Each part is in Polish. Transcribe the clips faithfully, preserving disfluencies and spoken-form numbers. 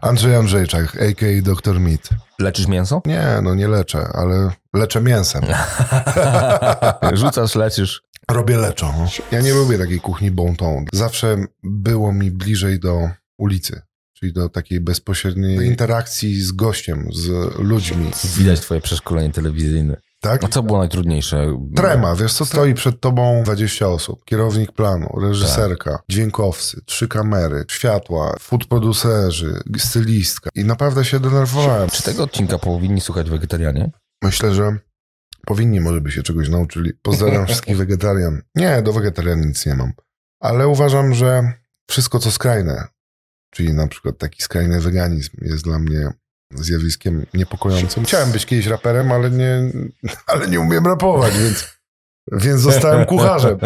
Andrzej Andrzejczak, a k a. doktor Meat. Leczysz mięso? Nie, no nie leczę, ale leczę mięsem. Rzucasz, leczysz. Robię leczą. No. Ja nie lubię takiej kuchni bon ton. Zawsze było mi bliżej do ulicy, czyli do takiej bezpośredniej interakcji z gościem, z ludźmi. Widać twoje przeszkolenie telewizyjne. Tak? A co było najtrudniejsze? Trema, wiesz co, stoi przed tobą dwadzieścia osób, kierownik planu, reżyserka, tak. dźwiękowcy, trzy kamery, światła, food producerzy, stylistka i naprawdę się denerwowałem. Czy, czy tego odcinka powinni słuchać wegetarianie? Myślę, że powinni, może by się czegoś nauczyli. Pozdrawiam wszystkich wegetarian. Nie, do wegetarian nic nie mam, ale uważam, że wszystko co skrajne, czyli na przykład taki skrajny weganizm jest dla mnie zjawiskiem niepokojącym. Chciałem być kiedyś raperem, ale nie, ale nie umiem rapować, więc, więc zostałem kucharzem.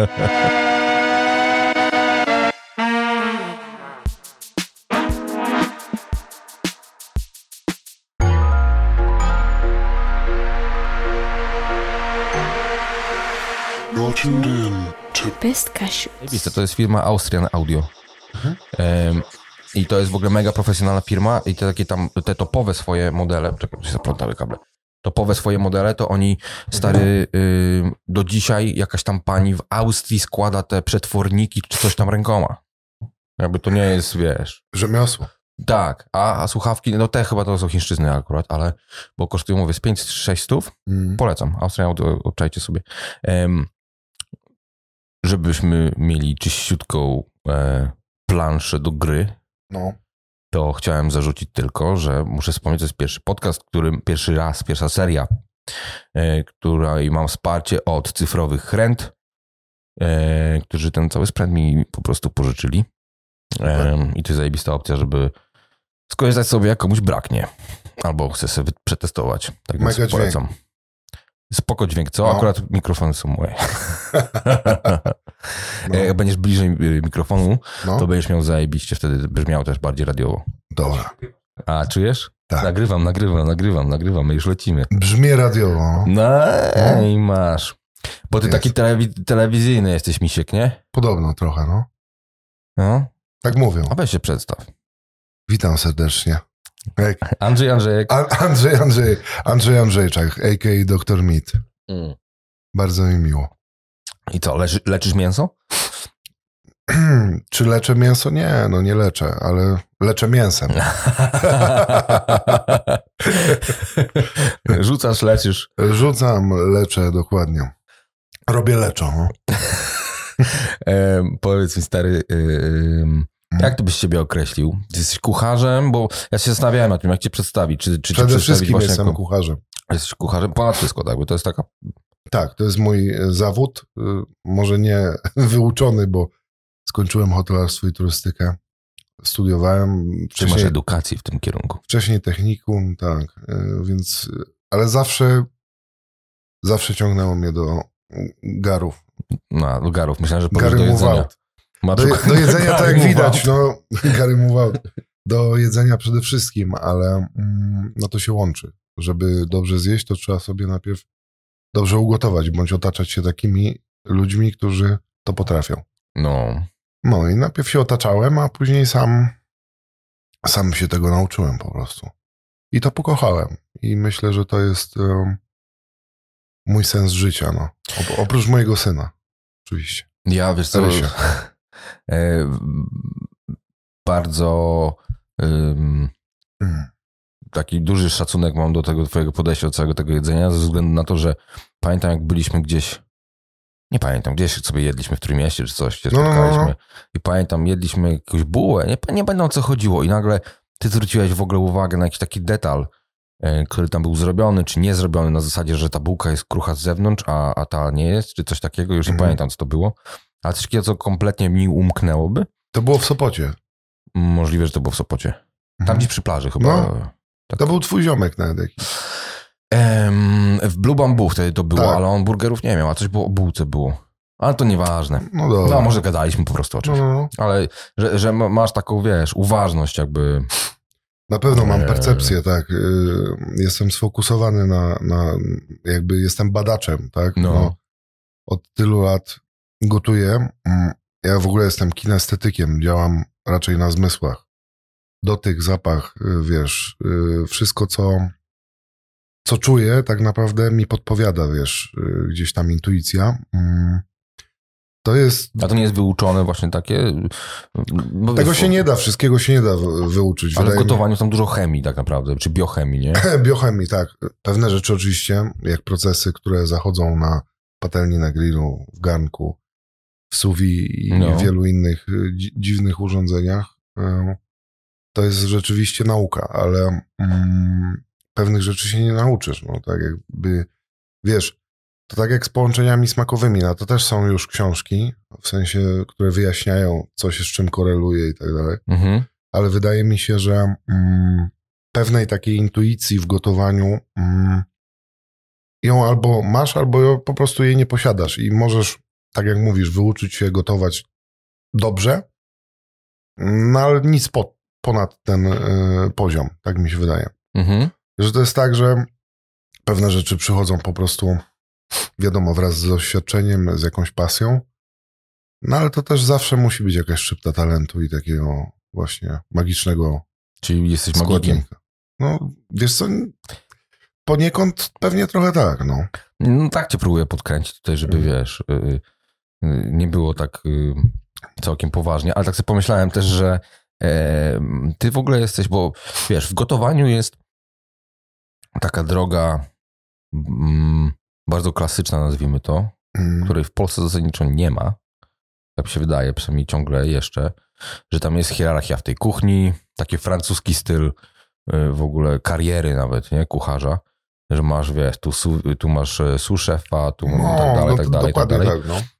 Best Cashews. To jest firma Austrian Audio. Mhm. Um, I to jest w ogóle mega profesjonalna firma i te takie tam, te topowe swoje modele, czekaj, się zaplątały kable, topowe swoje modele, to oni, stary, y, do dzisiaj jakaś tam pani w Austrii składa te przetworniki czy coś tam rękoma. Jakby to nie jest, wiesz... Rzemiosło. Tak, a, a słuchawki, no te chyba to są chińszczyzny akurat, ale, bo kosztują, mówię, z pięć sześć stów, mm. polecam, Austrian, obczajcie sobie, um, żebyśmy mieli czyściutką e, planszę do gry. No. To chciałem zarzucić tylko, że muszę wspomnieć, to jest pierwszy podcast, którym pierwszy raz, pierwsza seria, e, której mam wsparcie od cyfrowych rent, e, którzy ten cały sprzęt mi po prostu pożyczyli. E, I to jest zajebista opcja, żeby skorzystać sobie, jak komuś braknie. Albo chcę sobie przetestować. Tak więc Mega polecam. Dźwięk. Spoko dźwięk, co? No. Akurat mikrofony są moje. No. Jak będziesz bliżej mikrofonu, no. to będziesz miał zajebiście, wtedy brzmiał też bardziej radiowo. Dobra. A czujesz? Tak. Nagrywam, nagrywam, nagrywam, nagrywam, my już lecimy. Brzmi radiowo. No i masz. Bo ty Jest. taki telewi- telewizyjny jesteś, misiek, nie? Podobno trochę, no. No. Tak mówią. A weź się przedstaw. Witam serdecznie. Jak... Andrzej Andrzejek. A- Andrzej Andrzej, Andrzej Andrzejczak, a k a. doktor Meat. Mm. Bardzo mi miło. I co, leczy, leczysz mięso? Czy leczę mięso? Nie, no nie leczę, ale leczę mięsem. Rzucasz, leczysz. Rzucam, leczę, dokładnie. Robię leczą. No. e, powiedz mi, stary, e, jak ty byś siebie określił? Ty jesteś kucharzem? Bo ja się zastanawiałem nad tym, jak cię przedstawić. Czy, czy Przede cię wszystkim jestem jako... kucharzem. Jesteś kucharzem? Ponad wszystko, tak? Bo to jest taka... Tak, to jest mój zawód. Może nie wyuczony, bo skończyłem hotelarstwo i turystykę. Studiowałem. Czy masz edukacji w tym kierunku? Wcześniej technikum, tak. Więc, ale zawsze, zawsze ciągnęło mnie do garów. No, do garów. Myślałem, że powiesz do jedzenia. Do, do jedzenia, tak jak widać, no, Gary move out. Do jedzenia przede wszystkim, ale no to się łączy. Żeby dobrze zjeść, to trzeba sobie najpierw dobrze ugotować, bądź otaczać się takimi ludźmi, którzy to potrafią. No. No i najpierw się otaczałem, a później sam, sam się tego nauczyłem po prostu. I to pokochałem. I myślę, że to jest um, mój sens życia, no. Oprócz mojego syna, oczywiście. Ja, wiesz co, e, bardzo um, mm. taki duży szacunek mam do tego twojego podejścia do całego tego jedzenia, ze względu na to, że pamiętam, jak byliśmy gdzieś, nie pamiętam, gdzieś sobie jedliśmy w Trójmieście czy coś, się spotkaliśmy no, no, no. i pamiętam, jedliśmy jakąś bułę, nie, nie pamiętam, o co chodziło i nagle ty zwróciłeś w ogóle uwagę na jakiś taki detal, e, który tam był zrobiony, czy nie zrobiony, na zasadzie, że ta bułka jest krucha z zewnątrz, a, a ta nie jest, czy coś takiego, już nie mhm. pamiętam, co to było, ale coś takiego, co kompletnie mi umknęłoby. To było w Sopocie. Możliwe, że to było w Sopocie. Tam mhm. gdzieś przy plaży chyba. No. Tak. To był twój ziomek nawet jakiś. Um, w Blue Bamboo wtedy to było, tak. ale on burgerów nie miał, a coś było o bułce było. Ale to nieważne. No dobra. No może gadaliśmy po prostu o czymś. No, no. Ale że, że masz taką, wiesz, uważność jakby. Na pewno mam percepcję, tak. Jestem sfokusowany na, na jakby jestem badaczem, tak. No. No, od tylu lat gotuję. Ja w ogóle jestem kinestetykiem, działam raczej na zmysłach. dotyk, zapach, wiesz, wszystko, co, co czuję, tak naprawdę mi podpowiada, wiesz, gdzieś tam intuicja. To jest... A to nie jest wyuczone właśnie takie? Bo Tego wiesz, się nie da, wszystkiego się nie da wyuczyć. Ale w gotowaniu mi... tam dużo chemii tak naprawdę, czy biochemii, nie? Biochemii, tak. Pewne rzeczy oczywiście, jak procesy, które zachodzą na patelni, na grillu, w garnku, w sous vide i no. wielu innych dzi- dziwnych urządzeniach, to jest rzeczywiście nauka, ale mm, pewnych rzeczy się nie nauczysz. No, tak jakby, wiesz, to tak jak z połączeniami smakowymi, no to też są już książki, w sensie, które wyjaśniają, co się z czym koreluje i tak dalej, mhm. ale wydaje mi się, że mm, pewnej takiej intuicji w gotowaniu mm, ją albo masz, albo po prostu jej nie posiadasz i możesz, tak jak mówisz, wyuczyć się gotować dobrze, no ale nic po, ponad ten y, poziom, tak mi się wydaje. Mhm. Że to jest tak, że pewne rzeczy przychodzą po prostu, wiadomo, wraz z doświadczeniem, z jakąś pasją, no ale to też zawsze musi być jakaś szczypta talentu i takiego właśnie magicznego Czyli jesteś magikiem. No, wiesz co, poniekąd pewnie trochę tak, no. No tak cię próbuję podkręcić tutaj, żeby mm. wiesz, yy, yy, nie było tak yy, całkiem poważnie, ale tak sobie pomyślałem też, że yy, ty w ogóle jesteś, bo wiesz, w gotowaniu jest taka droga yy, bardzo klasyczna, nazwijmy to, mm. której w Polsce zasadniczo nie ma, tak mi się wydaje, przynajmniej ciągle jeszcze, że tam jest hierarchia w tej kuchni, taki francuski styl yy, w ogóle kariery nawet, nie, kucharza, że masz, wiesz, tu, tu masz sous szefa, tu no, tak dalej, tak dalej, tak dalej. Tak, no.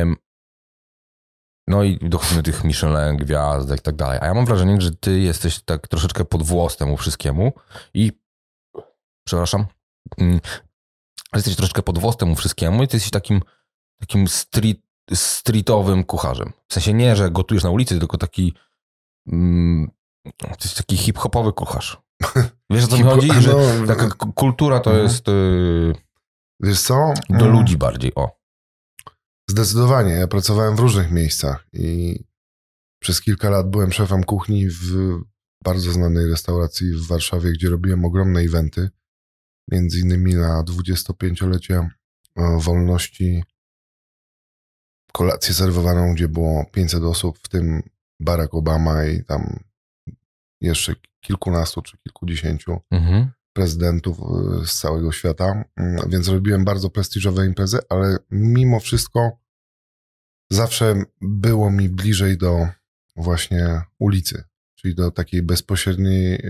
no i dochodzimy do tych Michelin, gwiazdek i tak dalej. A ja mam wrażenie, że ty jesteś tak troszeczkę pod włos temu wszystkiemu i przepraszam, jesteś troszeczkę pod włos temu wszystkiemu i ty jesteś takim takim street, streetowym kucharzem. W sensie nie, że gotujesz na ulicy, tylko taki mm, to jest taki hip-hopowy kucharz. Wiesz, o co mi chodzi? Że no, taka kultura to jest yy, wiesz co? do ludzi bardziej, o. Zdecydowanie. Ja pracowałem w różnych miejscach i przez kilka lat byłem szefem kuchni w bardzo znanej restauracji w Warszawie, gdzie robiłem ogromne eventy. Między innymi na dwudziestopięciolecie wolności kolację serwowaną, gdzie było pięćset osób, w tym Barack Obama i tam jeszcze kilkunastu czy kilkudziesięciu mhm. prezydentów z całego świata, więc robiłem bardzo prestiżowe imprezy, ale mimo wszystko zawsze było mi bliżej do właśnie ulicy, czyli do takiej bezpośredniej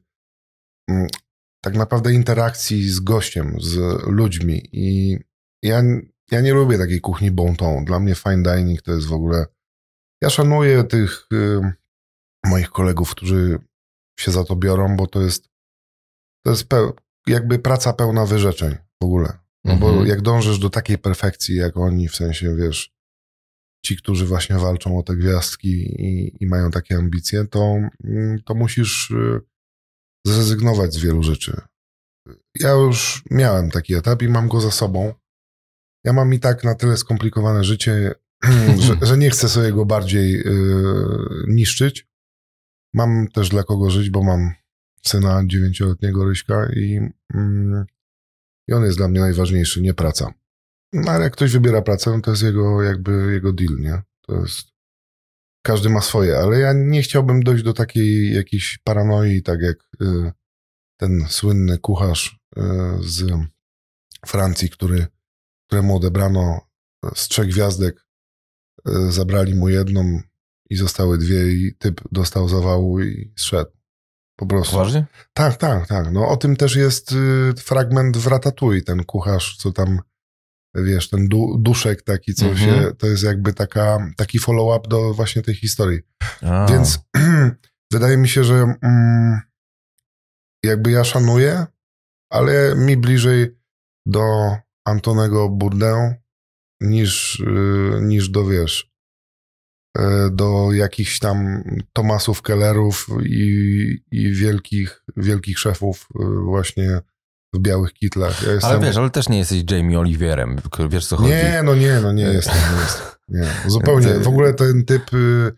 tak naprawdę interakcji z gościem, z ludźmi i ja, ja nie lubię takiej kuchni bon ton. Dla mnie fine dining to jest w ogóle... Ja szanuję tych moich kolegów, którzy się za to biorą, bo to jest to jest peł, jakby praca pełna wyrzeczeń w ogóle. No bo mhm. jak dążysz do takiej perfekcji, jak oni, w sensie, wiesz, ci, którzy właśnie walczą o te gwiazdki i, i mają takie ambicje, to, to musisz zrezygnować z wielu rzeczy. Ja już miałem taki etap i mam go za sobą. Ja mam i tak na tyle skomplikowane życie, że, że nie chcę sobie go bardziej yy, niszczyć. Mam też dla kogo żyć, bo mam syna dziewięcioletniego Ryśka i, yy, i on jest dla mnie najważniejszy, nie praca. No, ale jak ktoś wybiera pracę, no to jest jego jakby jego deal, nie? To jest... Każdy ma swoje, ale ja nie chciałbym dojść do takiej jakiejś paranoi, tak jak yy, ten słynny kucharz yy, z Francji, który, któremu odebrano z trzech gwiazdek, yy, zabrali mu jedną i zostały dwie i typ dostał zawału i zszedł. Po prostu. Poważnie? Tak, tak, tak. No o tym też jest yy, fragment w Ratatouille, ten kucharz, co tam, wiesz, ten du- duszek taki, co mm-hmm. się, to jest jakby taka, taki follow-up do właśnie tej historii. A. Więc wydaje mi się, że mm, jakby ja szanuję, ale mi bliżej do Antonego Bourdain niż, yy, niż do, wiesz, yy, do jakichś tam Thomasów Kellerów i, i wielkich, wielkich szefów yy, właśnie w białych kitlach. Ja jestem... Ale wiesz, ale też nie jesteś Jamie Olivierem, wiesz co chodzi? Nie, no nie, no nie jestem. Nie, jestem, nie. Zupełnie. W ogóle ten typ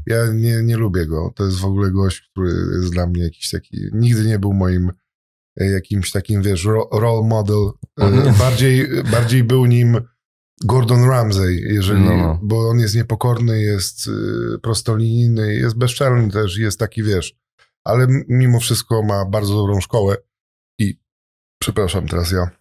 Ja nie, nie lubię go. To jest w ogóle gość, który jest dla mnie jakiś taki... Nigdy nie był moim jakimś takim, wiesz, role model. Bardziej, bardziej był nim Gordon Ramsay, jeżeli, no, no. bo on jest niepokorny, jest prostolinijny, jest bezczelny też, jest taki, wiesz, ale mimo wszystko ma bardzo dobrą szkołę i, przepraszam, teraz ja,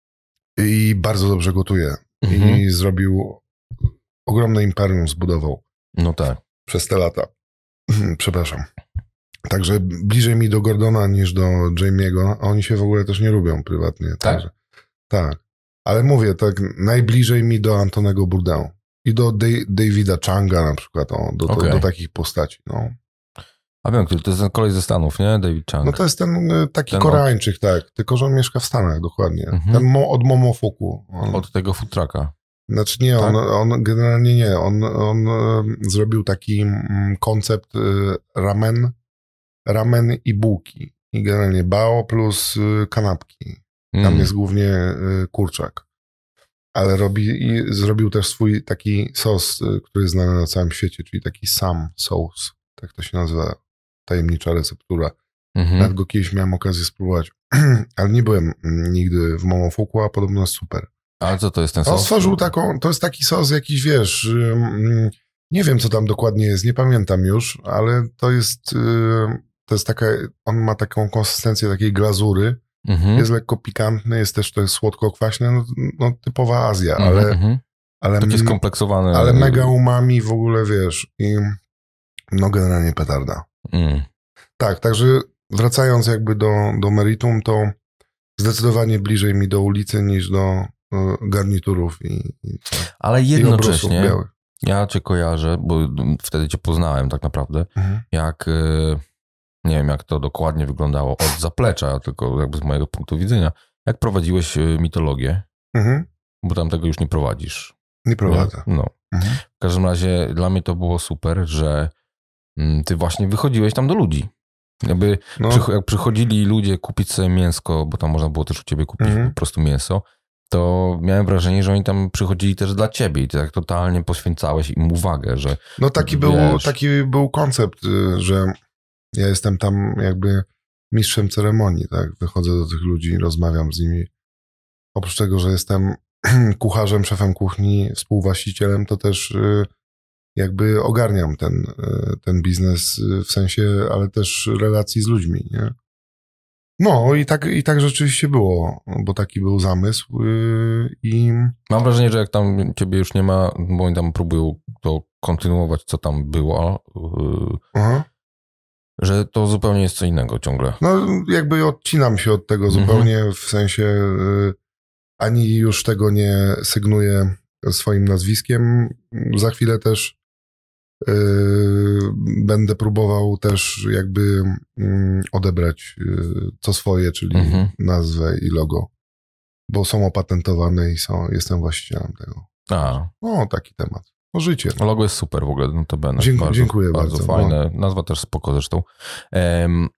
i bardzo dobrze gotuje. Mhm. I zrobił ogromne imperium, zbudował. No tak. Przez te lata. Przepraszam. Także bliżej mi do Gordona niż do Jamie'ego, a oni się w ogóle też nie lubią prywatnie. Tak? Także, tak. Ale mówię, tak najbliżej mi do Antonego Bourdain i do De- Davida Changa na przykład, o, do, okay. do, do takich postaci. No. A wiem, to jest ten koleś ze Stanów, nie? David Chang. No to jest ten taki ten Koreańczyk, od... tak. Tylko, że on mieszka w Stanach, dokładnie. Mhm. Ten mo- od Momofuku. On... Od tego food trucka. Znaczy nie, tak? on, on generalnie nie. On, on zrobił taki koncept ramen, ramen i bułki. I generalnie bao plus kanapki. Tam mm. jest głównie kurczak. Ale robi i zrobił też swój taki sos, który jest znany na całym świecie, czyli taki Sam sauce. Tak to się nazywa. Tajemnicza receptura. Mm-hmm. Nawet go kiedyś miałem okazję spróbować. Ale nie byłem nigdy w Momofuku, a podobno jest super. A co to jest ten sos? On stworzył taką, to jest taki sos jakiś, wiesz, nie wiem co tam dokładnie jest, nie pamiętam już, ale to jest, to jest taka, on ma taką konsystencję takiej glazury, mm-hmm. jest lekko pikantny, jest też to jest słodko-kwaśne, no, no typowa Azja, mm-hmm. ale... ale taki skompleksowane. Ale mega umami w ogóle, wiesz, i no generalnie petarda. Mm. Tak, także wracając jakby do, do meritum, to zdecydowanie bliżej mi do ulicy niż do garniturów i, i ale jednocześnie i ja cię kojarzę, bo wtedy cię poznałem tak naprawdę, mhm. jak nie wiem jak to dokładnie wyglądało od zaplecza, tylko jakby z mojego punktu widzenia, jak prowadziłeś mitologię, mhm. bo tam tego już nie prowadzisz. Nie prowadzę. No. Mhm. W każdym razie dla mnie to było super, że ty właśnie wychodziłeś tam do ludzi. Jakby no. przy, jak przychodzili ludzie kupić sobie mięsko, bo tam można było też u ciebie kupić mhm. po prostu mięso, to miałem wrażenie, że oni tam przychodzili też dla ciebie i ty tak totalnie poświęcałeś im uwagę, że... No taki, był, taki był koncept, że ja jestem tam jakby mistrzem ceremonii, tak? Wychodzę do tych ludzi, rozmawiam z nimi. Oprócz tego, że jestem kucharzem, szefem kuchni, współwłaścicielem, to też jakby ogarniam ten, ten biznes w sensie, ale też relacji z ludźmi, nie? No i tak, i tak rzeczywiście było, bo taki był zamysł i... Mam wrażenie, że jak tam ciebie już nie ma, bo oni tam próbują to kontynuować, co tam było, Aha. że to zupełnie jest co innego ciągle. No jakby odcinam się od tego zupełnie, mhm. w sensie ani już tego nie sygnuję swoim nazwiskiem. Za chwilę też Yy, będę próbował też jakby yy, odebrać yy, co swoje, czyli mhm. nazwę i logo, bo są opatentowane i są, jestem właścicielem tego. A. No, taki temat. No, życie. Logo jest super w ogóle, no to będę. Dziękuję bardzo, dziękuję bardzo. bardzo. fajne. No. Nazwa też spoko zresztą. Um,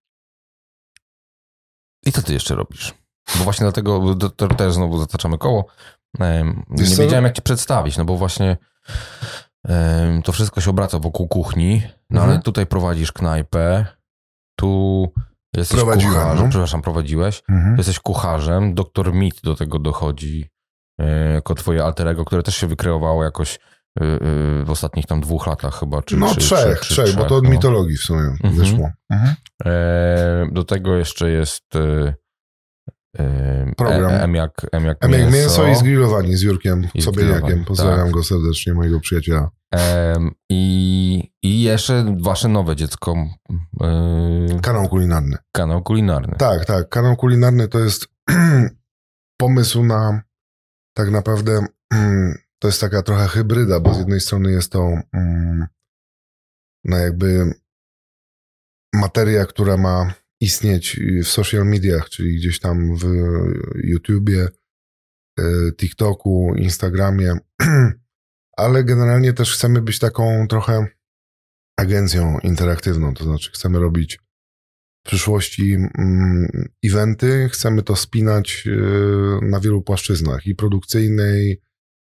I co ty jeszcze robisz? Bo właśnie dlatego to, to też znowu zataczamy koło. Um, nie co? wiedziałem jak cię przedstawić, no bo właśnie to wszystko się obraca wokół kuchni, no mhm. ale tutaj prowadzisz knajpę, tu jesteś Prowadziłem, kucharzem, no. przepraszam, prowadziłeś, mhm. jesteś kucharzem, doktor Meat do tego dochodzi e, jako twoje alter ego, które też się wykreowało jakoś e, e, w ostatnich tam dwóch latach chyba, czy No czy, trzech, czy, czy, trzech, trzech, bo to od no. mitologii w sumie mhm. wyszło. Mhm. E, do tego jeszcze jest e, program. M jak, M jak M mięso. jak mięso i zgrillowanie z Jurkiem I Sobieniakiem. Pozdrawiam tak. go serdecznie, mojego przyjaciela. Um, i, I jeszcze wasze nowe dziecko. Yy, kanał kulinarny. Kanał kulinarny. Tak, tak. Kanał kulinarny to jest pomysł na tak naprawdę to jest taka trochę hybryda, bo z jednej strony jest to um, na jakby materia, która ma istnieć w social mediach, czyli gdzieś tam w YouTubie, TikToku, Instagramie, ale generalnie też chcemy być taką trochę agencją interaktywną, to znaczy chcemy robić w przyszłości mm, eventy, chcemy to spinać y, na wielu płaszczyznach i produkcyjnej,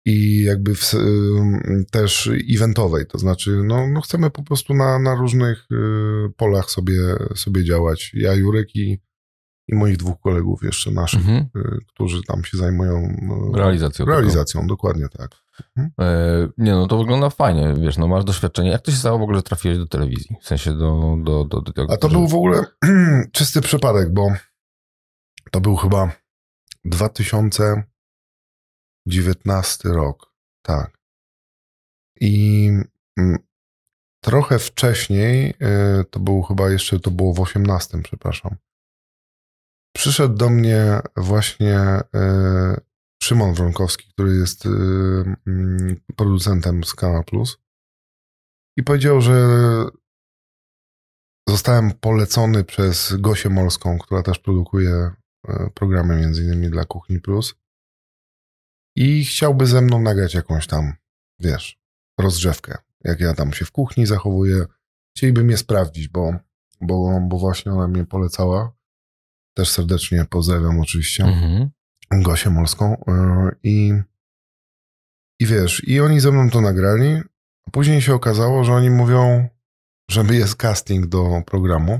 i jakby w, też eventowej, to znaczy no, no chcemy po prostu na, na różnych polach sobie, sobie działać. Ja, Jurek i, i moich dwóch kolegów jeszcze naszych, mhm. którzy tam się zajmują realizacją. Realizacją, tego. Dokładnie tak. Mhm. E, nie no, to wygląda fajnie, wiesz, no masz doświadczenie. Jak to się stało w ogóle, że trafiłeś do telewizji? W sensie do... do, do, do, do A to że... był w ogóle czysty przypadek, bo to był chyba dwa tysiące dziewiętnasty rok, tak. I mm, trochę wcześniej, y, to był chyba jeszcze, to było w osiemnastym, przepraszam, przyszedł do mnie właśnie y, Szymon Wronkowski, który jest y, y, producentem z Kanal Plus i powiedział, że zostałem polecony przez Gosię Molską, która też produkuje y, programy między innymi dla Kuchni Plus i chciałby ze mną nagrać jakąś tam, wiesz, rozgrzewkę. Jak ja tam się w kuchni zachowuję, chcieliby mnie sprawdzić, bo, bo, bo właśnie ona mnie polecała. Też serdecznie pozdrawiam oczywiście mhm. Gosię Molską. I, I wiesz, i oni ze mną to nagrali, a później się okazało, że oni mówią, że jest casting do programu.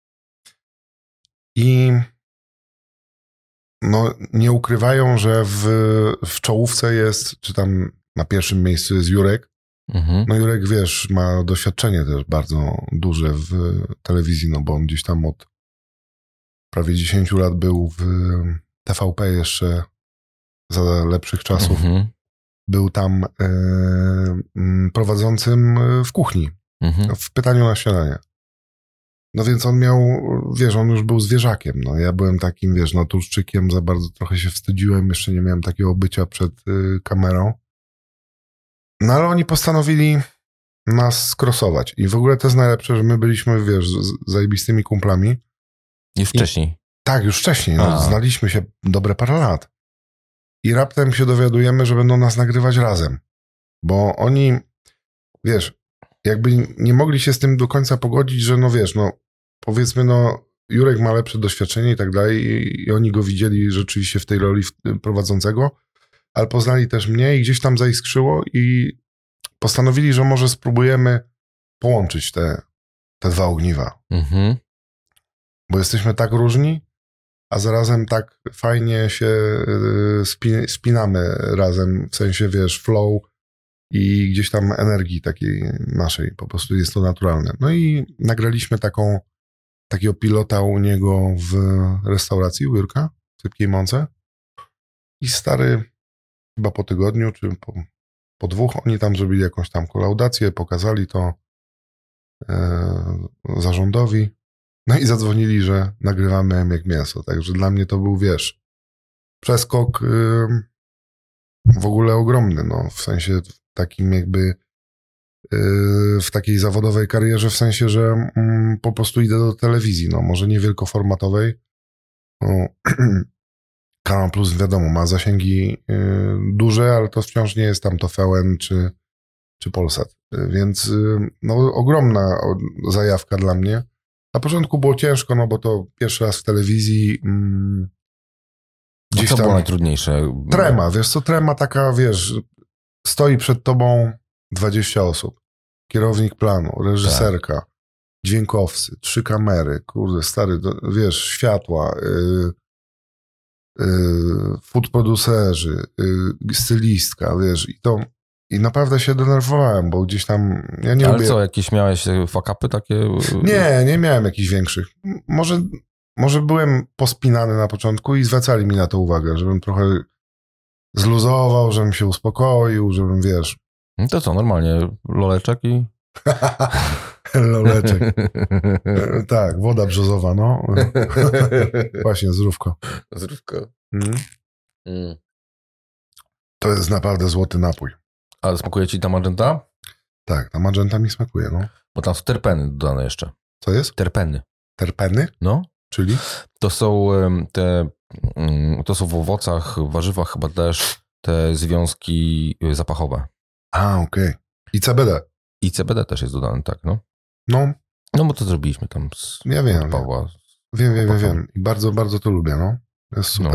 I no, nie ukrywają, że w, w czołówce jest, czy tam na pierwszym miejscu jest Jurek. Mhm. No Jurek, wiesz, ma doświadczenie też bardzo duże w telewizji, no bo on gdzieś tam od prawie dziesięć lat był w T V P jeszcze za lepszych czasów. Mhm. Był tam e, prowadzącym w kuchni, mhm. w pytaniu na śniadanie. No więc on miał, wiesz, on już był zwierzakiem, no ja byłem takim, wiesz, naturszczykiem, za bardzo trochę się wstydziłem, jeszcze nie miałem takiego bycia przed y, kamerą. No ale oni postanowili nas skrosować i w ogóle to jest najlepsze, że my byliśmy, wiesz, z, z zajebistymi kumplami. Już wcześniej? I, tak, już wcześniej, no, znaliśmy się dobre parę lat. I raptem się dowiadujemy, że będą nas nagrywać razem, bo oni, wiesz, jakby nie mogli się z tym do końca pogodzić, że no wiesz, no powiedzmy, no Jurek ma lepsze doświadczenie i tak dalej i oni go widzieli rzeczywiście w tej roli prowadzącego, ale poznali też mnie i gdzieś tam zaiskrzyło i postanowili, że może spróbujemy połączyć te, te dwa ogniwa. Mhm. Bo jesteśmy tak różni, a zarazem tak fajnie się spi- spinamy razem, w sensie, wiesz, flow i gdzieś tam energii takiej naszej, po prostu jest to naturalne. No i nagraliśmy taką, takiego pilota u niego w restauracji u Jurka w Sypkiej Mące i stary, chyba po tygodniu, czy po, po dwóch, oni tam zrobili jakąś tam kolaudację, pokazali to e, zarządowi, no i zadzwonili, że nagrywamy M jak mięso, także dla mnie to był, wiesz, przeskok e, w ogóle ogromny, no, w sensie takim jakby w takiej zawodowej karierze, w sensie, że mm, po prostu idę do telewizji, no może nie wielkoformatowej. No, Kanal Plus, wiadomo, ma zasięgi y, duże, ale to wciąż nie jest tam to T V N czy, czy Polsat, więc y, no ogromna zajawka dla mnie. Na początku było ciężko, no bo to pierwszy raz w telewizji. Mm, gdzieś co tam było najtrudniejsze? Trema, wiesz co, trema taka, wiesz, stoi przed tobą dwadzieścia osób. Kierownik planu, reżyserka, tak. Dźwiękowcy, trzy kamery, kurde, stary, to, wiesz, światła, yy, yy, food producerzy, yy, stylistka, wiesz, i to, i naprawdę się denerwowałem, bo gdzieś tam, ja nie Ale lubię... co, jakieś miałeś fuck-upy takie? Nie, nie miałem jakichś większych. Może, może byłem pospinany na początku i zwracali mi na to uwagę, żebym trochę zluzował, żebym się uspokoił, żebym, wiesz... No to co, normalnie loleczek i... Loleczek. Tak, woda brzozowa, no. Właśnie, zdrówko. Zdrówko. Mm. Mm. To jest naprawdę złoty napój. Ale smakuje ci ta magenta? Tak, ta magenta mi smakuje, no. Bo tam są terpeny dodane jeszcze. Co jest? Terpeny. Terpeny? No. Czyli? To są te, to są w owocach, warzywach chyba też te związki zapachowe. A, okej. Okay. I C B D. I C B D też jest dodane, tak, no. No. No bo to zrobiliśmy tam z ja wiem, Pawła. Wiem, wiem, wiem, wiem. I bardzo, bardzo to lubię, no. Jest super. No.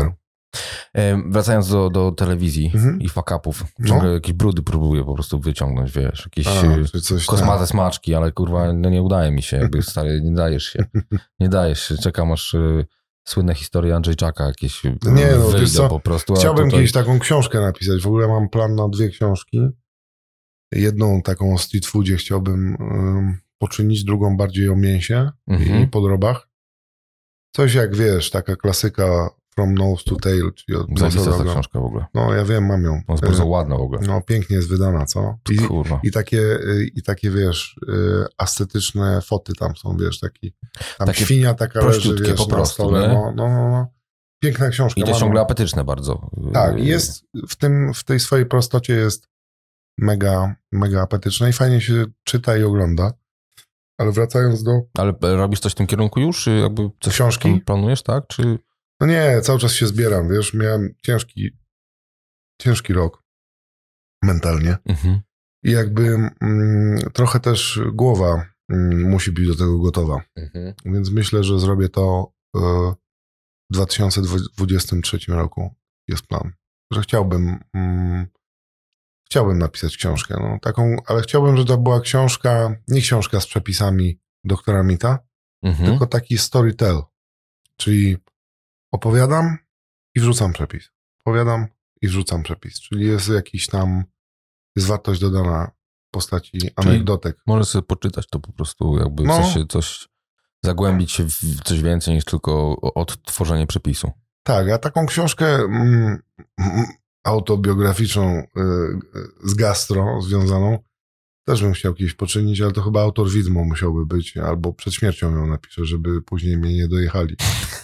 E, wracając do, do telewizji Mhm. i fuck-upów, No. ciągle jakieś brudy próbuję po prostu wyciągnąć, wiesz, jakieś A, e, czy coś kosmate tam. smaczki, ale kurwa, no nie udaje mi się, jakby stary, nie dajesz się. Nie dajesz się, czekam aż e, słynne historie Andrzejczaka jakieś Nie, no, wiesz wyjdą co, po prostu. a Chciałbym tutaj... kiedyś taką książkę napisać. W ogóle mam plan na dwie książki. Jedną taką o street foodzie chciałbym um, poczynić, drugą bardziej o mięsie Mhm. i podrobach. Coś jak, wiesz, taka klasyka From Nose to Tail, czyli od Zajebista nosa jest do ta oga. książka w ogóle. No, ja wiem, mam ją. Ona jest bardzo ładna w ogóle. No, pięknie jest wydana, co? I, Kurwa. i, takie, y, I takie, wiesz, y, estetyczne foty tam są, wiesz, taki, tam Takie świnia taka leży, prościutkie wiesz, po na prostu, stole. nie? No, no, no, no. Piękna książka. I to mam ciągle ją. apetyczne bardzo. Tak, i jest w tym, w tej swojej prostocie jest mega, mega apetyczna i fajnie się czyta i ogląda. Ale wracając do Ale robisz coś w tym kierunku już? Czy jakby coś książki, tam planujesz, tak? Czy... no nie, cały czas się zbieram, wiesz, miałem ciężki, ciężki rok mentalnie Mhm. i jakby mm, trochę też głowa mm, musi być do tego gotowa. Mhm. Więc myślę, że zrobię to y, w dwa tysiące dwudziestym trzecim roku. Jest plan. Że chciałbym mm, chciałbym napisać książkę, no, taką, ale chciałbym, żeby to była książka, nie książka z przepisami doktora Mita, Mhm. tylko taki storytell, czyli opowiadam i wrzucam przepis. Opowiadam i wrzucam przepis, czyli jest jakiś tam, jest wartość dodana w postaci anegdotek. Możesz sobie poczytać to po prostu, jakby No. coś, coś zagłębić się w coś więcej niż tylko odtworzenie przepisu. Tak, a taką książkę mm, mm, autobiograficzną y, y, z gastro związaną też bym chciał kiedyś poczynić, ale to chyba autor widmo musiałby być, albo przed śmiercią ją napiszę, żeby później mnie nie dojechali.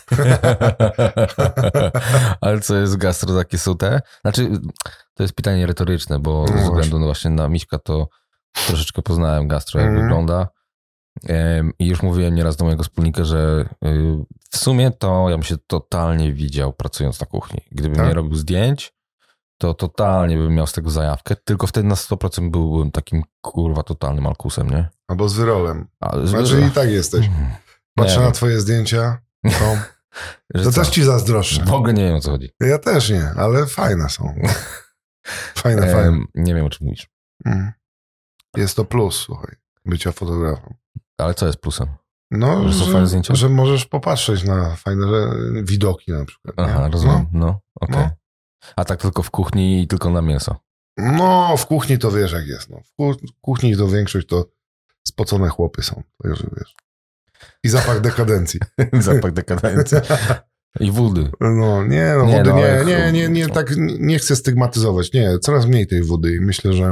Ale co jest gastro, takie są te? Znaczy, to jest pytanie retoryczne, bo No ze względu właśnie. na właśnie na Miśka to troszeczkę poznałem gastro, jak Mhm. wygląda. Em, I już mówiłem nieraz do mojego wspólnika, że y, w sumie to ja bym się totalnie widział pracując na kuchni. Gdybym Tak? nie robił zdjęć, to totalnie bym miał z tego zajawkę, tylko wtedy na sto procent byłbym takim kurwa totalnym alkusem, nie? Albo z wyrolem. A, Znaczy i tak jesteś. Patrzę Nie na wiem. twoje zdjęcia, to, Że to co? też ci zazdroszczę. W ogóle nie wiem, o co chodzi. Ja też nie, ale fajne są. Fajne, fajne. Em, nie wiem, o czym mówisz. Mm. Jest to plus, słuchaj, bycia fotografem. Ale co jest plusem? No, Że są że, fajne zdjęcia? że możesz popatrzeć na fajne że, widoki na przykład. nie? Aha, rozumiem. No, okej. No. A tak tylko w kuchni i tylko na mięso. No, no, w kuchni to wiesz jak jest. No. W ku- w kuchni to większość to spocone chłopy są. Także wiesz. I zapach dekadencji. Zapach dekadencji. I wody. No nie, no Nie, wody no, nie, ale- nie, nie, nie, tak nie chcę stygmatyzować. Nie, coraz mniej tej wody i myślę, że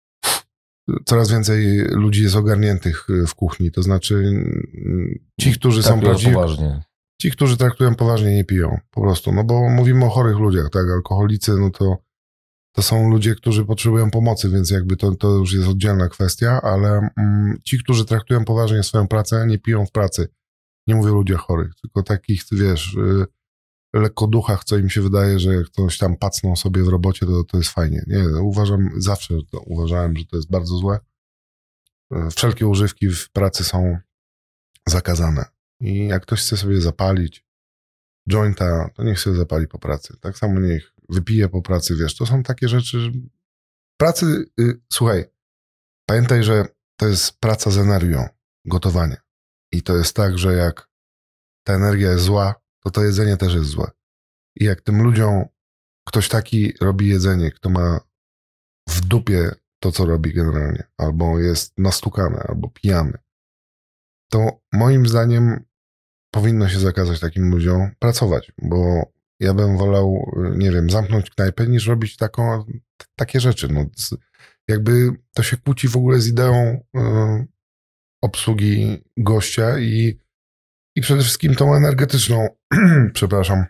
coraz więcej ludzi jest ogarniętych w kuchni. To znaczy mm, ci, którzy są Tak, prawdziwi, poważnie. ci, którzy traktują poważnie, nie piją po prostu. No bo mówimy o chorych ludziach, tak? Alkoholicy, no to to są ludzie, którzy potrzebują pomocy, więc jakby to, to już jest oddzielna kwestia, ale mm, ci, którzy traktują poważnie swoją pracę, nie piją w pracy. Nie mówię o ludziach chorych, tylko takich, wiesz, y, lekkoduchach, co im się wydaje, że jak ktoś tam pacną sobie w robocie, to, to jest fajnie. Nie, uważam, zawsze to uważałem, że to jest bardzo złe. Y, Wszelkie używki w pracy są zakazane. I jak ktoś chce sobie zapalić jointa, to niech sobie zapali po pracy. Tak samo niech wypije po pracy, wiesz, to są takie rzeczy, że pracy, y, słuchaj, pamiętaj, że to jest praca z energią, gotowanie. I to jest tak, że jak ta energia jest zła, to to jedzenie też jest złe. I jak tym ludziom ktoś taki robi jedzenie, kto ma w dupie to, co robi generalnie, albo jest nastukany, albo pijany, to moim zdaniem powinno się zakazać takim ludziom pracować, bo ja bym wolał, nie wiem, zamknąć knajpę, niż robić taką, t- takie rzeczy. No, z- jakby to się kłóci w ogóle z ideą y, obsługi gościa i, i przede wszystkim tą energetyczną, przepraszam,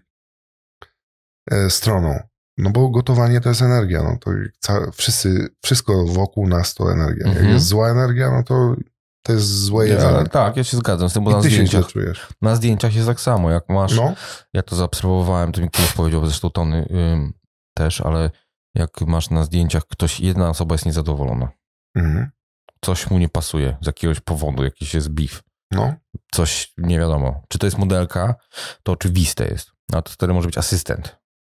y, stroną. No bo gotowanie to jest energia. No to ca- wszyscy, wszystko wokół nas to energia. Mhm. Jak jest zła energia, no to to jest złe Ja, jedzenie. tak, ja się zgadzam z tym, bo I na ty się źle zdjęciach, czujesz. na zdjęciach jest tak samo, jak masz, No, ja to zaobserwowałem, to mi ktoś powiedział, zresztą Tony ym, też, ale jak masz na zdjęciach, ktoś, jedna osoba jest niezadowolona, mhm. coś mu nie pasuje z jakiegoś powodu, jakiś jest beef, no. coś nie wiadomo. Czy to jest modelka, to oczywiste jest, a to wtedy może być asystent.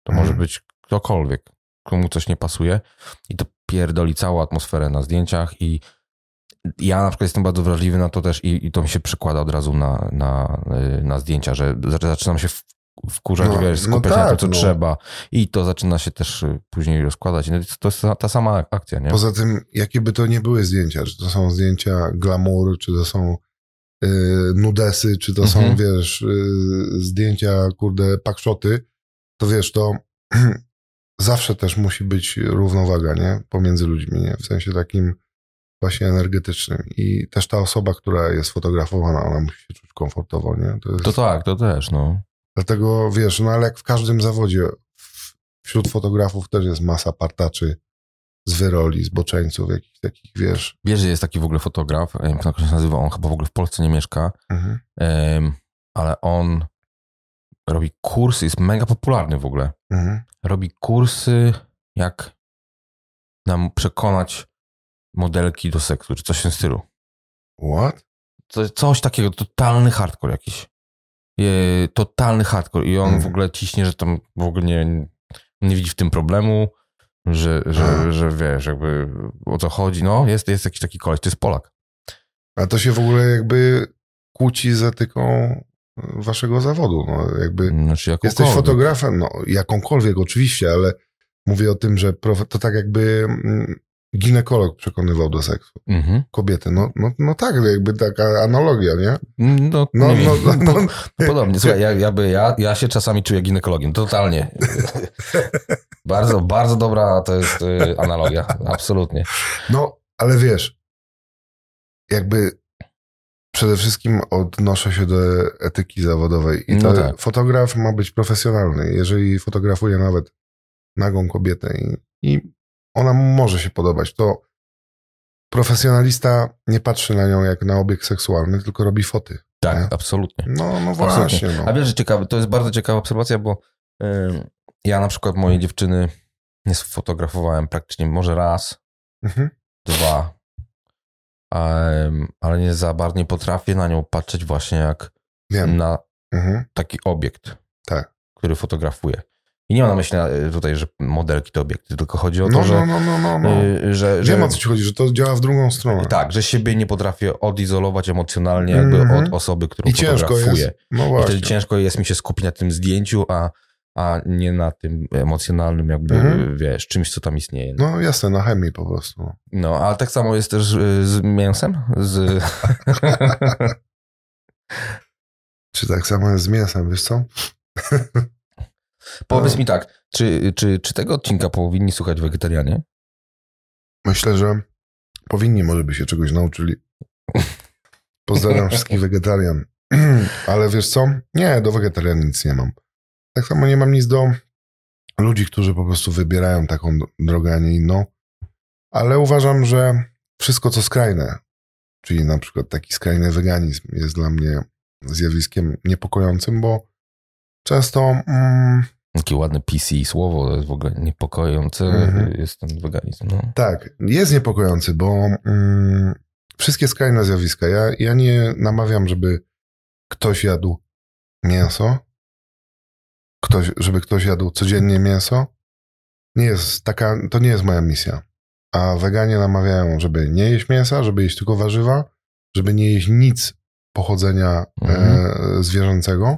To Mhm. może być ktokolwiek, komu coś nie pasuje i to pierdoli całą atmosferę na zdjęciach i ja na przykład jestem bardzo wrażliwy na to też i, i to mi się przekłada od razu na, na, na zdjęcia, że zaczynam się w, wkurzać, No, wiesz, no skupiać na tak, to, co no. trzeba i to zaczyna się też później rozkładać. No, to jest ta, ta sama akcja, nie? Poza tym, jakie by to nie były zdjęcia, czy to są zdjęcia glamour, czy to są y, nudesy, czy to Mhm. są, wiesz, y, zdjęcia, kurde, pakszoty, to wiesz, to zawsze też musi być równowaga, nie? Pomiędzy ludźmi, nie? W sensie takim właśnie energetycznym. I też ta osoba, która jest fotografowana, ona musi się czuć komfortowo, nie? To jest... To tak, to też, no. Dlatego, wiesz, no ale jak w każdym zawodzie, wśród fotografów też jest masa partaczy z wyroli, zboczeńców, jakichś takich, wiesz. Wiesz, że jest taki w ogóle fotograf, nie wiem, jak on się nazywa, on chyba w ogóle w Polsce nie mieszka, Mhm. em, ale on robi kursy, jest mega popularny w ogóle. Mhm. Robi kursy, jak nam przekonać modelki do seksu, czy coś w tym stylu. What? To, coś takiego, totalny hardcore jakiś. Je, totalny hardcore i on Mhm. w ogóle ciśnie, że tam w ogóle nie, nie widzi w tym problemu, że, że, Aha. że wiesz, jakby o co chodzi. No, jest, jest jakiś taki koleś, to jest Polak. A to się w ogóle jakby kłóci z etyką waszego zawodu, no jakby Znaczy, jesteś jakąkolwiek. fotografem, no jakąkolwiek oczywiście, ale mówię o tym, że prof... to tak jakby mm, ginekolog przekonywał do seksu Mhm. kobiety, no, no, no tak, jakby taka analogia, nie? No, No, nie no, wiem. no, no. Po, podobnie. Słuchaj, ja, jakby ja, ja się czasami czuję ginekologiem. Totalnie. bardzo, bardzo dobra to jest y, analogia. Absolutnie. No, ale wiesz, jakby przede wszystkim odnoszę się do etyki zawodowej i No to tak. fotograf ma być profesjonalny. Jeżeli fotografuje nawet nagą kobietę i, i ona mu może się podobać, to profesjonalista nie patrzy na nią jak na obiekt seksualny, tylko robi foty. Tak, Nie? absolutnie. No, no Absolutnie. właśnie. No. A wiesz, że ciekawe, to jest bardzo ciekawa obserwacja, bo y, ja na przykład mojej dziewczyny nie sfotografowałem praktycznie może raz, Mhm. dwa, um, ale nie za bardzo nie potrafię na nią patrzeć właśnie jak Wiem. na Mhm. taki obiekt, Tak. który fotografuję. I nie mam na myśli y, tutaj, że modelki to obiekty, tylko chodzi o to, No, że, no, no, no, no, no. y, że, Wiem że o co ci chodzi, że to działa w drugą stronę. tak, że siebie nie potrafię odizolować emocjonalnie jakby Mhm. od osoby, którą I ciężko fotografuję. jest. No I właśnie. wtedy ciężko jest mi się skupić na tym zdjęciu, a, a nie na tym emocjonalnym jakby, Mhm. wiesz, czymś, co tam istnieje. No jasne, na chemii po prostu. No, ale tak samo jest też y, z mięsem. Z... Czy tak samo jest z mięsem, wiesz co? Powiedz No. mi tak, czy, czy, czy tego odcinka powinni słuchać wegetarianie? Myślę, że powinni może by się czegoś nauczyli. Pozdrawiam wszystkich wegetarian. Ale wiesz co? Nie, do wegetarian nic nie mam. Tak samo nie mam nic do ludzi, którzy po prostu wybierają taką drogę, a nie inną. Ale uważam, że wszystko co skrajne, czyli na przykład taki skrajny weganizm jest dla mnie zjawiskiem niepokojącym, bo często... Mm, Takie ładne P C słowo, to jest w ogóle niepokojące, Mhm. jest ten weganizm. No. Tak, jest niepokojący, bo mm, wszystkie skrajne zjawiska. Ja, ja nie namawiam, żeby ktoś jadł mięso, ktoś, żeby ktoś jadł codziennie mięso. Nie jest taka, to nie jest moja misja. A weganie namawiają, żeby nie jeść mięsa, żeby jeść tylko warzywa, żeby nie jeść nic pochodzenia Mhm. e, zwierzęcego.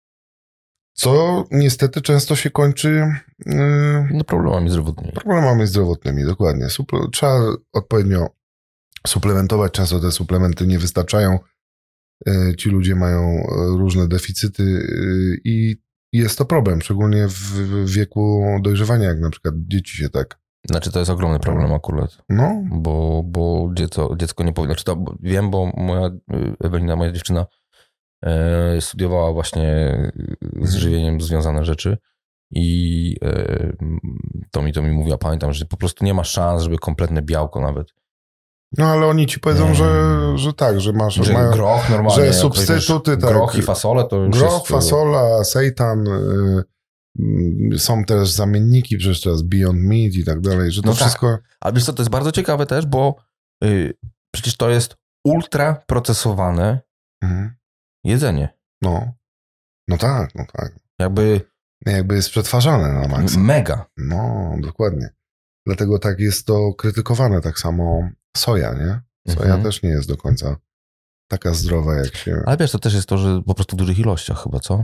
Co niestety często się kończy e, no problemami zdrowotnymi. problemami zdrowotnymi, dokładnie. Suple- trzeba odpowiednio suplementować, często te suplementy nie wystarczają. E, Ci ludzie mają e, różne deficyty e, i jest to problem, szczególnie w w wieku dojrzewania, jak na przykład dzieci się tak. Znaczy to jest ogromny problem akurat. No, Bo, bo dziecko, dziecko nie powinno. Znaczy to bo wiem, bo moja y, Ewelina, moja dziewczyna, e, studiowała właśnie z żywieniem związane rzeczy i e, to mi to mi mówiła, pamiętam, że po prostu nie ma szans, żeby kompletne białko nawet. no ale oni ci powiedzą, Nie. że, że tak, że masz... Że mają, groch normalnie. że jak substytuty, weźmiesz tak. Groch i fasolę to już groch, jest... fasola, seitan, y, y, są też zamienniki, przecież teraz Beyond Meat i tak dalej, że to No tak. wszystko... A wiesz co, to jest bardzo ciekawe też, bo y, przecież to jest ultra procesowane Mhm. jedzenie. No, no tak, no tak. Jakby jakby jest przetwarzane na maksa. Mega. No, dokładnie. Dlatego tak jest to krytykowane, tak samo soja, nie? Soja Mhm. też nie jest do końca taka zdrowa, jak się... Ale wiesz, to też jest to, że po prostu w dużych ilościach chyba, co?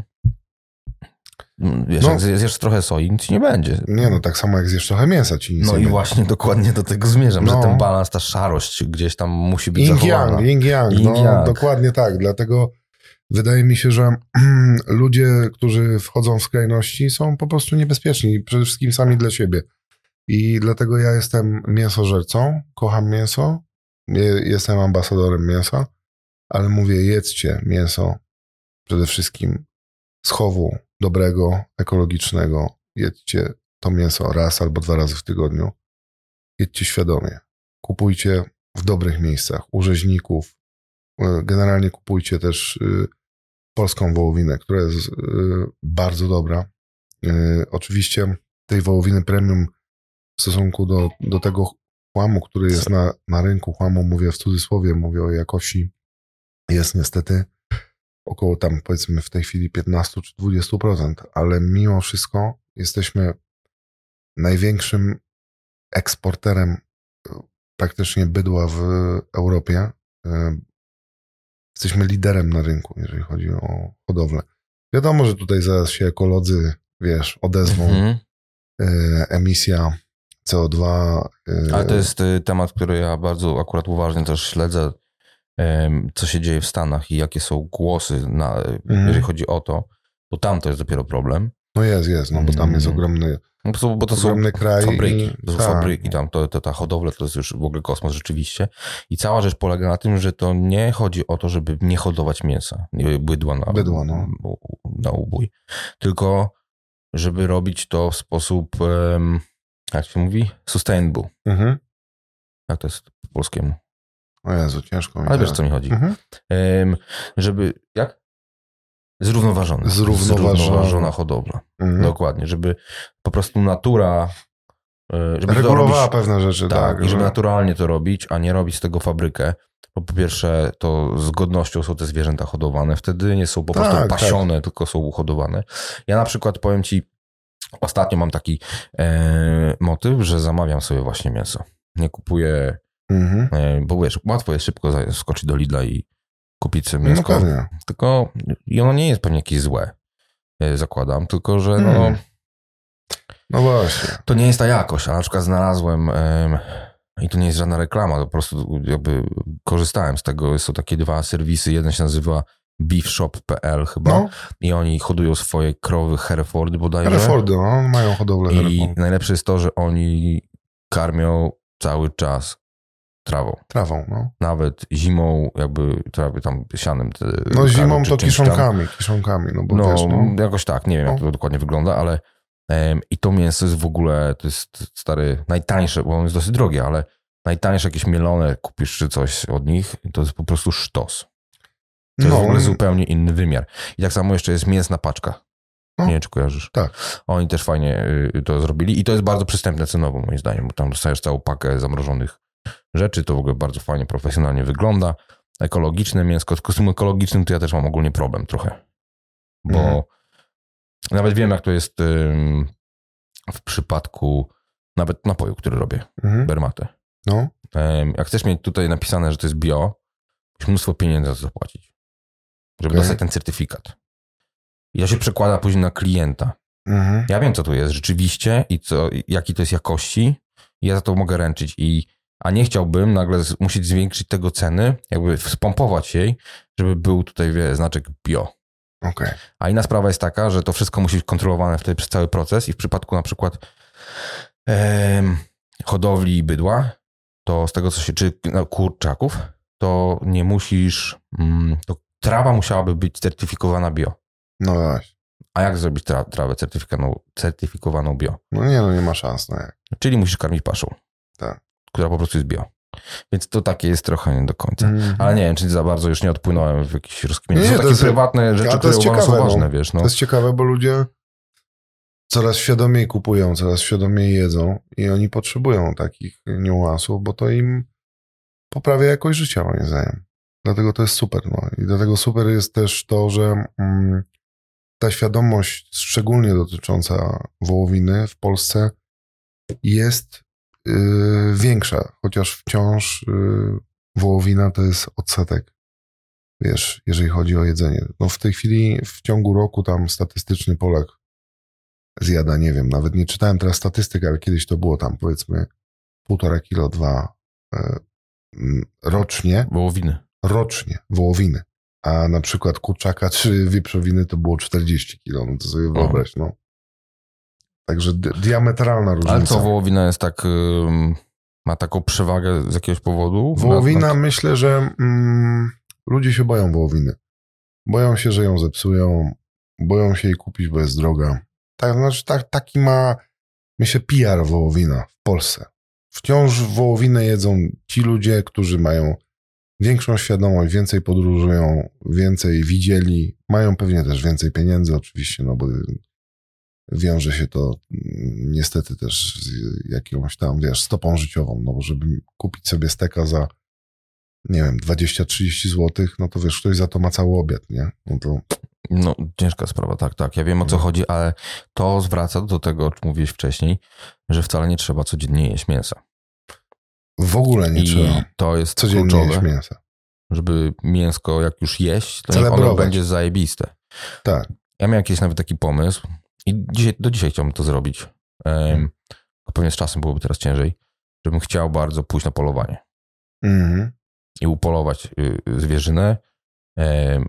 Wiesz, No. jak zjesz trochę soi, nic nie będzie. Nie no, tak samo jak zjesz trochę mięsa, ci nic No nie i będzie. właśnie dokładnie do tego zmierzam, No. że ten balans, ta szarość gdzieś tam musi być Yin zachowana. yang, yin yang, Yin no yang. dokładnie tak. Dlatego wydaje mi się, że ludzie, którzy wchodzą w skrajności, są po prostu niebezpieczni. Przede wszystkim sami dla siebie. I dlatego ja jestem mięsożercą, kocham mięso, je- jestem ambasadorem mięsa, ale mówię, jedzcie mięso przede wszystkim z chowu dobrego, ekologicznego. Jedzcie to mięso raz albo dwa razy w tygodniu. Jedźcie świadomie. Kupujcie w dobrych miejscach, u rzeźników. Generalnie kupujcie też y, polską wołowinę, która jest y, bardzo dobra. Y, oczywiście tej wołowiny premium w stosunku do, do tego chłamu, który jest na, na rynku, chłamu mówię w cudzysłowie, mówię o jakości, jest niestety około tam powiedzmy w tej chwili piętnaście czy dwadzieścia procent, ale mimo wszystko jesteśmy największym eksporterem praktycznie bydła w Europie. Jesteśmy liderem na rynku, jeżeli chodzi o hodowlę. Wiadomo, że tutaj zaraz się ekolodzy, wiesz, odezwą. Mhm. Emisja C O dwa. Ale to jest y, temat, który ja bardzo akurat uważnie też śledzę, em, co się dzieje w Stanach i jakie są głosy, na, Mhm. jeżeli chodzi o to, bo tam to jest dopiero problem. No jest, jest, no bo tam jest Mm. ogromny, No bo, to, bo to są ogromny kraj. fabryki, i- to są tak. fabryki tam, to, to ta hodowla to jest już w ogóle kosmos rzeczywiście. I cała rzecz polega na tym, że to nie chodzi o to, żeby nie hodować mięsa, nie, bydła na, Bydła, no. na ubój, tylko żeby robić to w sposób, em, jak się mówi, sustainable. Mhm. Jak to jest po polskiemu? O Jezu, ciężko mi Ale wiesz, teraz. co mi chodzi. Mhm. Em, żeby, jak? Zrównoważona. Zrównoważona. Zrównoważona hodowla. Mhm. Dokładnie, żeby po prostu natura e, żeby to Regulowała robić, pewne rzeczy, tak, tak. i żeby że- naturalnie to robić, a nie robić z tego fabrykę. Bo po pierwsze, to z godnością są te zwierzęta hodowane. Wtedy nie są po Tak, prostu tak. pasione, tylko są uhodowane. Ja na przykład powiem ci, ostatnio mam taki e, motyw, że zamawiam sobie właśnie mięso. Nie kupuję, Mhm. e, bo wiesz, łatwo jest szybko za- skoczyć do Lidla i kupić sobie No mięsko. pewnie. Tylko i ono nie jest pewnie jakieś złe, e, zakładam, tylko że no, Hmm. No właśnie. to nie jest ta jakość. A na przykład znalazłem, em, i to nie jest żadna reklama, to po prostu jakby korzystałem z tego. Są takie dwa serwisy, jeden się nazywa beef shop kropka p l chyba No, i oni hodują swoje krowy Herefordy bodajże. Herefordy, no, mają hodowlę I Herefordu. najlepsze jest to, że oni karmią cały czas trawą. Trawą, no. Nawet zimą jakby trawy tam sianem. te- No karmią, zimą czy to czymś tam. kiszonkami, kiszonkami, no bo No, wiesz, no. jakoś tak, nie wiem jak No. to dokładnie wygląda, ale em, i to mięso jest w ogóle, to jest stary, najtańsze, bo on jest dosyć drogie, ale najtańsze jakieś mielone kupisz czy coś od nich, to jest po prostu sztos. To jest w ogóle zupełnie inny wymiar. I tak samo jeszcze jest mięsna paczka. No. Nie wiem, czy kojarzysz. Tak. Oni też fajnie y, to zrobili i to jest bardzo przystępne cenowo moim zdaniem, bo tam dostajesz całą pakę zamrożonych rzeczy, to w ogóle bardzo fajnie, profesjonalnie wygląda. Ekologiczne mięsko, tylko z tym ekologicznym to ja też mam ogólnie problem trochę. Bo Mhm. nawet wiem, jak to jest ym, w przypadku nawet napoju, który robię, Mhm. Bermatę. No, Ym, jak chcesz mieć tutaj napisane, że to jest bio, musisz mnóstwo pieniędzy za to zapłacić, żeby Okej. dostać ten certyfikat. I to się przekłada później na klienta. mhm. Ja wiem, co tu jest rzeczywiście i co, jaki to jest jakości. I ja za to mogę ręczyć. I, a nie chciałbym nagle z, musieć zwiększyć tego ceny, jakby spompować jej, żeby był tutaj wie, znaczek bio. Okej. A inna sprawa jest taka, że to wszystko musi być kontrolowane wtedy przez cały proces i w przypadku na przykład em, hodowli bydła, to z tego co się, czy no, kurczaków, to nie musisz, mm, to trawa musiałaby być certyfikowana bio. No właśnie. A jak zrobić tra- trawę certyfikowaną, certyfikowaną bio? No nie, no nie ma szans, no jak. Czyli musisz karmić paszą, Tak. która po prostu jest bio. Więc to takie jest trochę nie do końca. Mhm. Ale nie wiem, czy za bardzo już nie odpłynąłem w jakieś rozkminy. Nie, To są to takie jest- prywatne rzeczy, to które jest uważam są ciekawe, no. ważne, wiesz. No. To jest ciekawe, bo ludzie coraz świadomiej kupują, coraz świadomiej jedzą i oni potrzebują takich niuansów, bo to im poprawia jakość życia, moim zdaniem. Dlatego to jest super. No. I dlatego super jest też to, że mm, ta świadomość, szczególnie dotycząca wołowiny w Polsce, jest yy, większa, chociaż wciąż yy, wołowina to jest odsetek, wiesz, jeżeli chodzi o jedzenie. No w tej chwili w ciągu roku tam statystyczny Polak zjada, nie wiem, nawet nie czytałem teraz statystyk, ale kiedyś to było tam powiedzmy półtora kilo, dwa yy, rocznie. Wołowiny. Rocznie, wołowiny. A na przykład kurczaka czy wieprzowiny to było czterdzieści kilo, no to sobie wyobraź, no. Także di- diametralna różnica. Ale co, wołowina jest tak, ym, ma taką przewagę z jakiegoś powodu? Wołowina, Na, na... myślę, że mm, ludzie się boją wołowiny. Boją się, że ją zepsują, boją się jej kupić, bo jest droga. Tak, znaczy, tak, taki ma, myślę, P R wołowina w Polsce. Wciąż wołowinę jedzą ci ludzie, którzy mają większą świadomość, więcej podróżują, więcej widzieli, mają pewnie też więcej pieniędzy oczywiście, no bo wiąże się to niestety też z jakąś tam, wiesz, stopą życiową, no bo żeby kupić sobie steka za, nie wiem, dwadzieścia trzydzieści złotych, no to wiesz, ktoś za to ma cały obiad, nie? No to... No, ciężka sprawa, tak, tak. Ja wiem, o co chodzi, ale to zwraca do tego, o czym mówiłeś wcześniej, że wcale nie trzeba codziennie jeść mięsa. W ogóle nie I trzeba to jest codziennie kluczowe, jeść mięsa. Żeby mięsko jak już jeść, to niech Celebrować. ono będzie zajebiste. Tak. Ja miałem jakiś nawet taki pomysł i dzisiaj, do dzisiaj chciałbym to zrobić. Um, Hmm. Pewnie z czasem byłoby teraz ciężej, żebym chciał bardzo pójść na polowanie. Mhm. I upolować y, zwierzynę, y,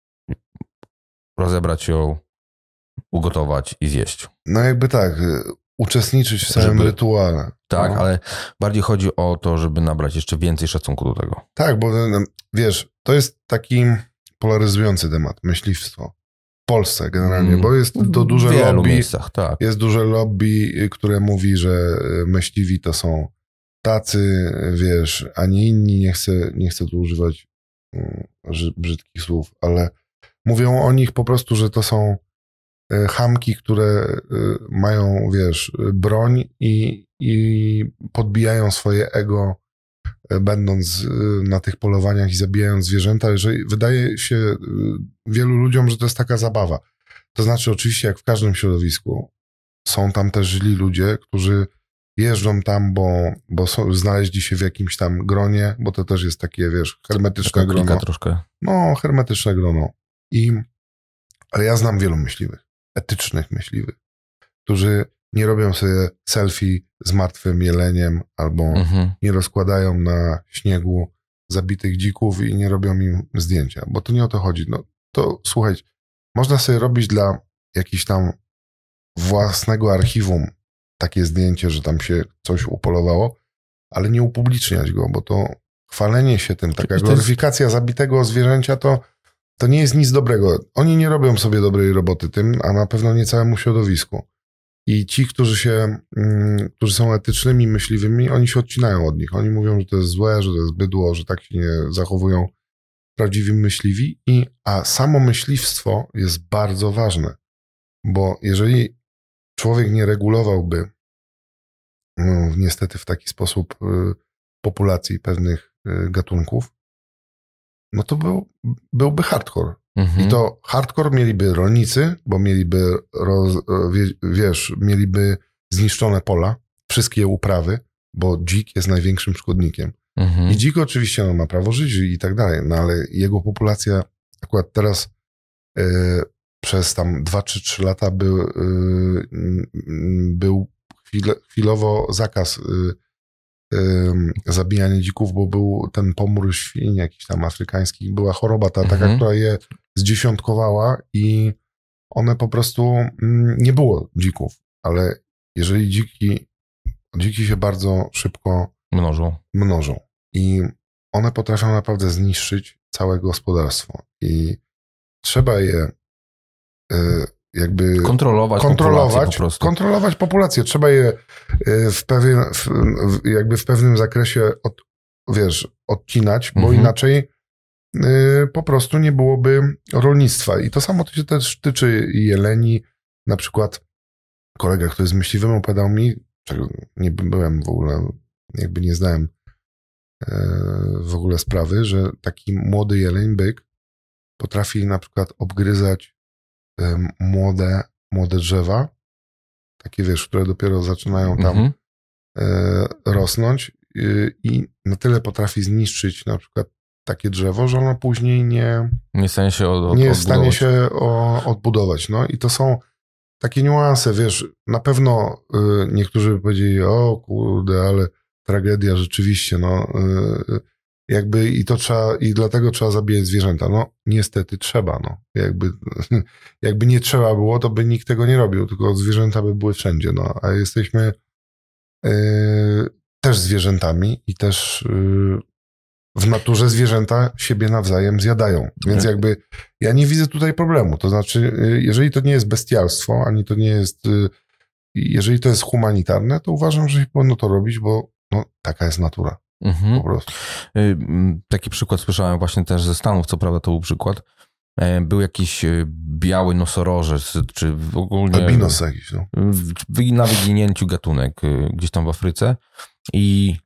rozebrać ją, ugotować i zjeść. No jakby tak, uczestniczyć w całym Żeby- rytuale. Tak, no. ale bardziej chodzi o to, żeby nabrać jeszcze więcej szacunku do tego. Tak, bo no, wiesz, to jest taki polaryzujący temat, myśliwstwo. W Polsce generalnie, Mm. bo jest to duże W wielu lobby, miejscach, tak. jest duże lobby, które mówi, że myśliwi to są tacy, wiesz, a nie inni, nie chcę, nie chcę tu używać mm, brzy- brzydkich słów, ale mówią o nich po prostu, że to są e, chamki, które e, mają, wiesz, broń i, i podbijają swoje ego, e, będąc e, na tych polowaniach i zabijając zwierzęta, że wydaje się e, wielu ludziom, że to jest taka zabawa. To znaczy, oczywiście, jak w każdym środowisku, są tam też źli ludzie, którzy jeżdżą tam, bo, bo są, znaleźli się w jakimś tam gronie, bo to też jest takie, wiesz, hermetyczne Taka klika grono. troszkę. No, hermetyczne grono. I, ale ja znam wielu myśliwych, etycznych myśliwych, którzy nie robią sobie selfie z martwym jeleniem albo Mhm. nie rozkładają na śniegu zabitych dzików i nie robią im zdjęcia, bo to nie o to chodzi. No, to słuchajcie, można sobie robić dla jakichś tam własnego archiwum takie zdjęcie, że tam się coś upolowało, ale nie upubliczniać go, bo to chwalenie się tym, taka to jest- gloryfikacja zabitego zwierzęcia, to, to nie jest nic dobrego. Oni nie robią sobie dobrej roboty tym, a na pewno nie całemu środowisku. I ci, którzy się, mm, którzy są etycznymi myśliwymi, oni się odcinają od nich. Oni mówią, że to jest złe, że to jest bydło, że tak się nie zachowują prawdziwi myśliwi. I, a samo myśliwstwo jest bardzo ważne, bo jeżeli człowiek nie regulowałby no, niestety w taki sposób y, populacji pewnych y, gatunków, no to był, byłby hardcore. Mhm. I to hardcore mieliby rolnicy, bo mieliby, roz, wie, wiesz, mieliby zniszczone pola, wszystkie uprawy, bo dzik jest największym szkodnikiem. Mhm. I dzik oczywiście no, ma prawo żyć i tak dalej, no ale jego populacja akurat teraz y, przez tam dwa czy trzy lata był, y, y, był chwile, chwilowo zakaz y, y, zabijania dzików, bo był ten pomór świń jakiś tam afrykański, była choroba ta taka, Mhm. która je zdziesiątkowała i one po prostu mm, nie było dzików, ale jeżeli dziki, dziki się bardzo szybko Mnożą. mnożą i one potrafią naprawdę zniszczyć całe gospodarstwo i trzeba je y, jakby Kontrolować, populację kontrolować, po prostu. kontrolować populację. Trzeba je y, w pewien, w, w, jakby w pewnym zakresie od, wiesz, odcinać, bo Mhm. inaczej y, po prostu nie byłoby rolnictwa. I to samo to się też tyczy jeleni. Na przykład kolega, który jest myśliwym, opowiadał mi, czego nie byłem w ogóle, jakby nie znałem y, w ogóle sprawy, że taki młody jeleń, byk, potrafi na przykład obgryzać y, młode, młode drzewa, takie wiesz, które dopiero zaczynają tam Mhm. y, rosnąć y, i na tyle potrafi zniszczyć na przykład takie drzewo, że ono później nie, Nie jest w stanie się od, od, nie jest w stanie odbudować. się o, odbudować. No i to są takie niuanse, wiesz, na pewno y, niektórzy by powiedzieli, o kurde, ale tragedia rzeczywiście, no y, jakby i to trzeba, i dlatego trzeba zabijać zwierzęta. No niestety trzeba, no. Jakby, jakby nie trzeba było, to by nikt tego nie robił, tylko zwierzęta by były wszędzie, no. A jesteśmy y, też zwierzętami i też y, w naturze zwierzęta siebie nawzajem zjadają. Więc jakby ja nie widzę tutaj problemu. To znaczy, jeżeli to nie jest bestialstwo, ani to nie jest, jeżeli to jest humanitarne, to uważam, że się powinno to robić, bo no, taka jest natura. Mhm. Po prostu. Taki przykład słyszałem właśnie też ze Stanów, co prawda to był przykład. Był jakiś biały nosorożec, czy w ogólnie... Albinos jakiś, no. Na wyginięciu gatunek gdzieś tam w Afryce i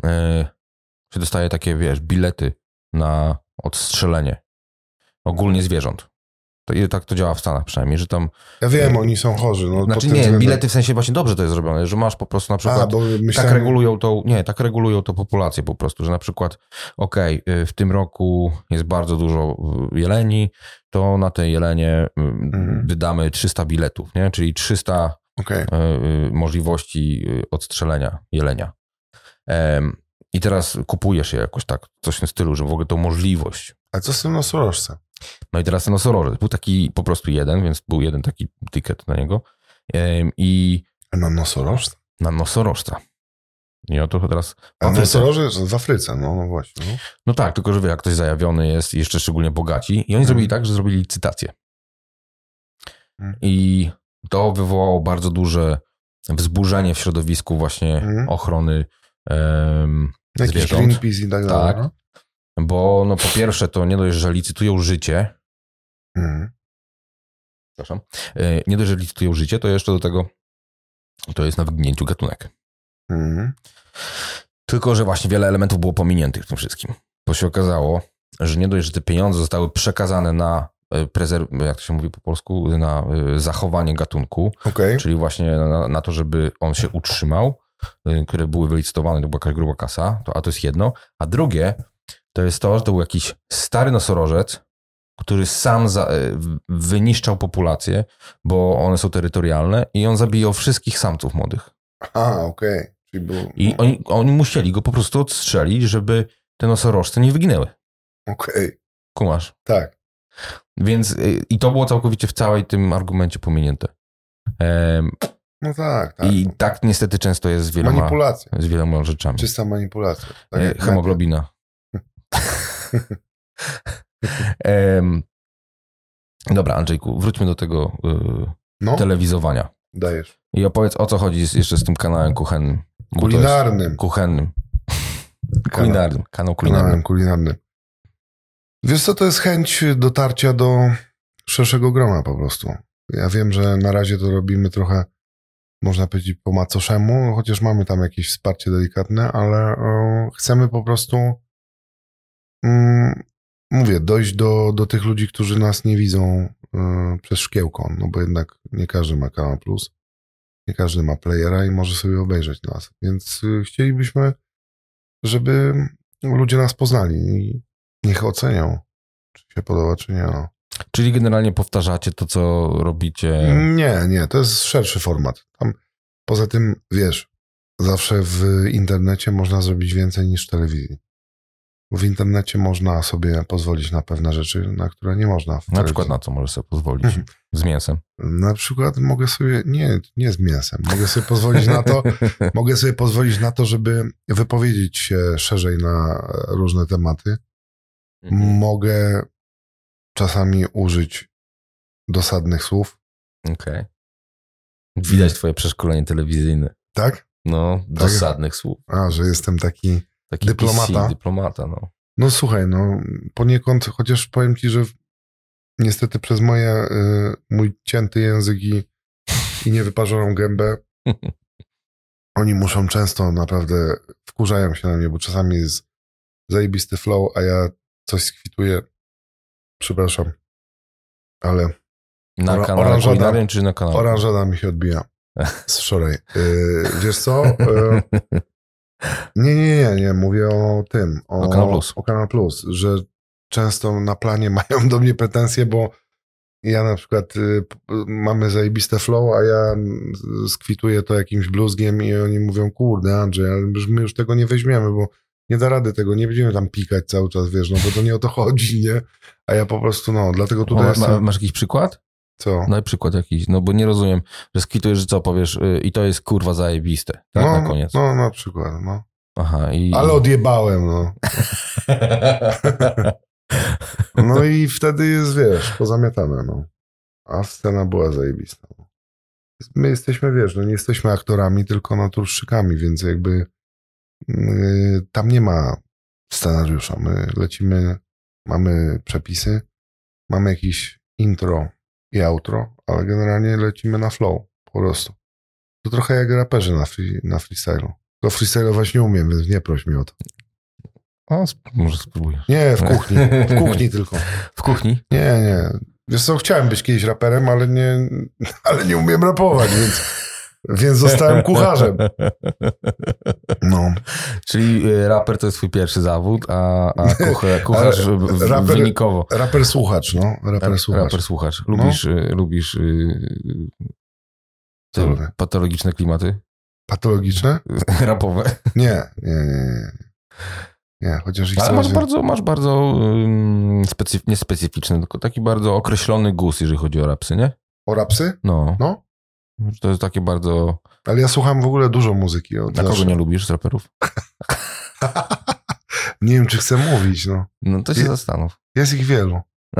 się dostaje takie, wiesz, bilety na odstrzelenie ogólnie zwierząt. To, i tak to działa w Stanach przynajmniej, że tam... Ja wiem, oni są chorzy. No, znaczy pod tym nie, względem... bilety w sensie właśnie dobrze to jest zrobione, że masz po prostu na przykład... A, bo myślałem... tak regulują tą, nie, tak regulują tą populację po prostu, że na przykład okej, okay, w tym roku jest bardzo dużo jeleni, to na te jelenie mhm. wydamy trzysta biletów, nie? Czyli trzysta okay. możliwości odstrzelenia jelenia. I teraz kupujesz je jakoś tak, coś w tym stylu, że w ogóle tą możliwość. A co z tym nosorożcem? No i teraz ten nosorożec. Był taki po prostu jeden, więc był jeden taki ticket na niego. I... A na nosorożca? Na nosorożca. I oto teraz... A nosorożec w Afryce, no, no właśnie. No. no tak, tylko że wie, jak ktoś zajawiony jest i jeszcze szczególnie bogaci. I oni hmm. zrobili tak, że zrobili licytację. Hmm. I to wywołało bardzo duże wzburzenie w środowisku właśnie hmm. ochrony um, Jakiś Greenpeace i tak dalej. Tak. No? Bo no po pierwsze to nie dość, że licytują życie. Mhm. Przepraszam. Nie dość, że licytują życie, to jeszcze do tego to jest na wyginięciu gatunek. Mhm. Tylko, że właśnie wiele elementów było pominiętych w tym wszystkim. Bo się okazało, że nie dość, że te pieniądze zostały przekazane na prezerw... jak to się mówi po polsku, na zachowanie gatunku. Okay. Czyli właśnie na, na to, żeby on się utrzymał, które były wylicytowane, to była jakaś gruba kasa, to, a to jest jedno. A drugie to jest to, że to był jakiś stary nosorożec, który sam za, wyniszczał populację, bo one są terytorialne i on zabijał wszystkich samców młodych. A, okej. Okay. Czyli był... I oni, oni musieli go po prostu odstrzelić, żeby te nosorożce nie wyginęły. Okej. Okay. Kumasz? Tak. Więc i to było całkowicie w całej tym argumencie pominięte. Um, no tak, tak. I tak niestety często jest z wieloma, manipulacja. Z wieloma rzeczami. Czysta manipulacja. Tak e, hemoglobina. um, dobra, Andrzejku, wróćmy do tego y, no. telewizowania. Dajesz. I opowiedz, o co chodzi z, jeszcze z tym kanałem kuchennym. Kulinarnym. Kuchennym. Kulinarnym. Kanał kulinarny. Kanałem kulinarnym. Wiesz co, to jest chęć dotarcia do szerszego grona po prostu. Ja wiem, że na razie to robimy trochę, można powiedzieć, po macoszemu, chociaż mamy tam jakieś wsparcie delikatne, ale o, chcemy po prostu mm, mówię, dojść do, do tych ludzi, którzy nas nie widzą y, przez szkiełko, no bo jednak nie każdy ma Kanal Plus, nie każdy ma playera i może sobie obejrzeć nas, więc y, chcielibyśmy, żeby ludzie nas poznali i niech ocenią, czy się podoba, czy nie. No. Czyli generalnie powtarzacie to, co robicie? Nie, nie, to jest szerszy format. Tam, poza tym, wiesz, zawsze w internecie można zrobić więcej niż w telewizji. W internecie można sobie pozwolić na pewne rzeczy, na które nie można w telewizji. Na przykład na co możesz sobie pozwolić? Z mięsem? Na przykład mogę sobie, nie, nie z mięsem, mogę sobie pozwolić na to, mogę sobie pozwolić na to, żeby wypowiedzieć się szerzej na różne tematy. Mhm. Mogę czasami użyć dosadnych słów. Okej. Okay. Widać twoje przeszkolenie telewizyjne. Tak? No, tak? dosadnych słów. A, że jestem taki, taki dyplomata. P C, dyplomata, no. No słuchaj, no poniekąd, chociaż powiem ci, że niestety przez moje, y, mój cięty język i, i niewyparzoną gębę oni muszą często naprawdę, wkurzają się na mnie, bo czasami jest zajebisty flow, a ja coś skwituję. Przepraszam, ale Na Ora- kanale oranżada- kulinarnym czy na kanale? Oranżada mi się odbija z wczoraj. Yy, wiesz co? Yy, nie, nie, nie, nie. Mówię o tym. O, O Kanal Plus. O Kanal Plus, że często na planie mają do mnie pretensje, bo ja na przykład y, p- mamy zajebiste flow, a ja skwituję to jakimś bluzgiem i oni mówią, kurde Andrzej, ale już- my już tego nie weźmiemy, bo nie da rady tego, nie będziemy tam pikać cały czas, wiesz, no bo to nie o to chodzi, nie? A ja po prostu, no, dlatego tutaj O, ma, jestem... masz jakiś przykład? Co? Daj przykład jakiś, no bo nie rozumiem, że skwitujesz, że co powiesz y, i to jest kurwa zajebiste, tak no, na koniec. No, na przykład, no. Aha, i... Ale odjebałem, no. No i wtedy jest, wiesz, pozamiatane, no. A scena była zajebista. No. My jesteśmy, wiesz, no nie jesteśmy aktorami, tylko naturszczykami, więc jakby yy, tam nie ma scenariusza. My lecimy, mamy przepisy, mamy jakiś intro i outro, ale generalnie lecimy na flow, po prostu. To trochę jak raperzy na, free, na freestylu. To freestylować nie umiem, więc nie proś mnie o to. O, sp- może spróbuję. Nie, w kuchni. W kuchni tylko. W kuchni? Nie, nie. Wiesz co, chciałem być kiedyś raperem, ale nie, ale nie umiem rapować, więc, więc zostałem kucharzem. No. Czyli y, raper to jest twój pierwszy zawód, a, a kucharz, kucharz Ale w- raper- wynikowo. Raper słuchacz, no. Raper słuchacz. Raper słuchacz. Lubisz, y, lubisz y, Co te lubię? patologiczne klimaty Patologiczne? rapowe. Nie, nie, nie, nie. Nie, chociaż ich Ale coraz masz więcej- bardzo, masz bardzo ym, specyf- nie specyficzny, tylko taki bardzo określony gust, jeżeli chodzi o rapsy, nie? O rapsy? No. No. To jest takie bardzo... Ale ja słucham w ogóle dużo muzyki. Od A kogo zawsze. nie lubisz z raperów? Nie wiem, czy chcę mówić, no. No to się Je- zastanów. Jest ich wielu.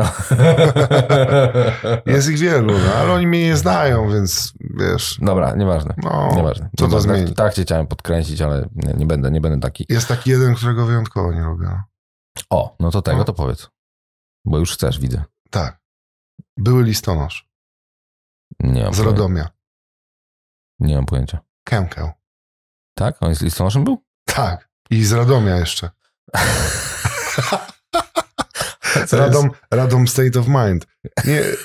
Jest ich wielu, no, ale oni mnie nie znają, więc wiesz, Dobra, nieważne. no, Nieważne. co to Nieważne. zmieni? Tak cię chciałem podkręcić, ale nie, nie będę, nie będę taki. Jest taki jeden, którego wyjątkowo nie lubię. no. O, no to tego No. to powiedz. Bo już chcesz, widzę. Tak. Były listonosz Nie mam z pojęcia. Radomia. Nie mam pojęcia. Kękę. Tak? On jest listonoszem był? Tak. I z Radomia jeszcze. Co Radom, Radom State of Mind. Nie, y,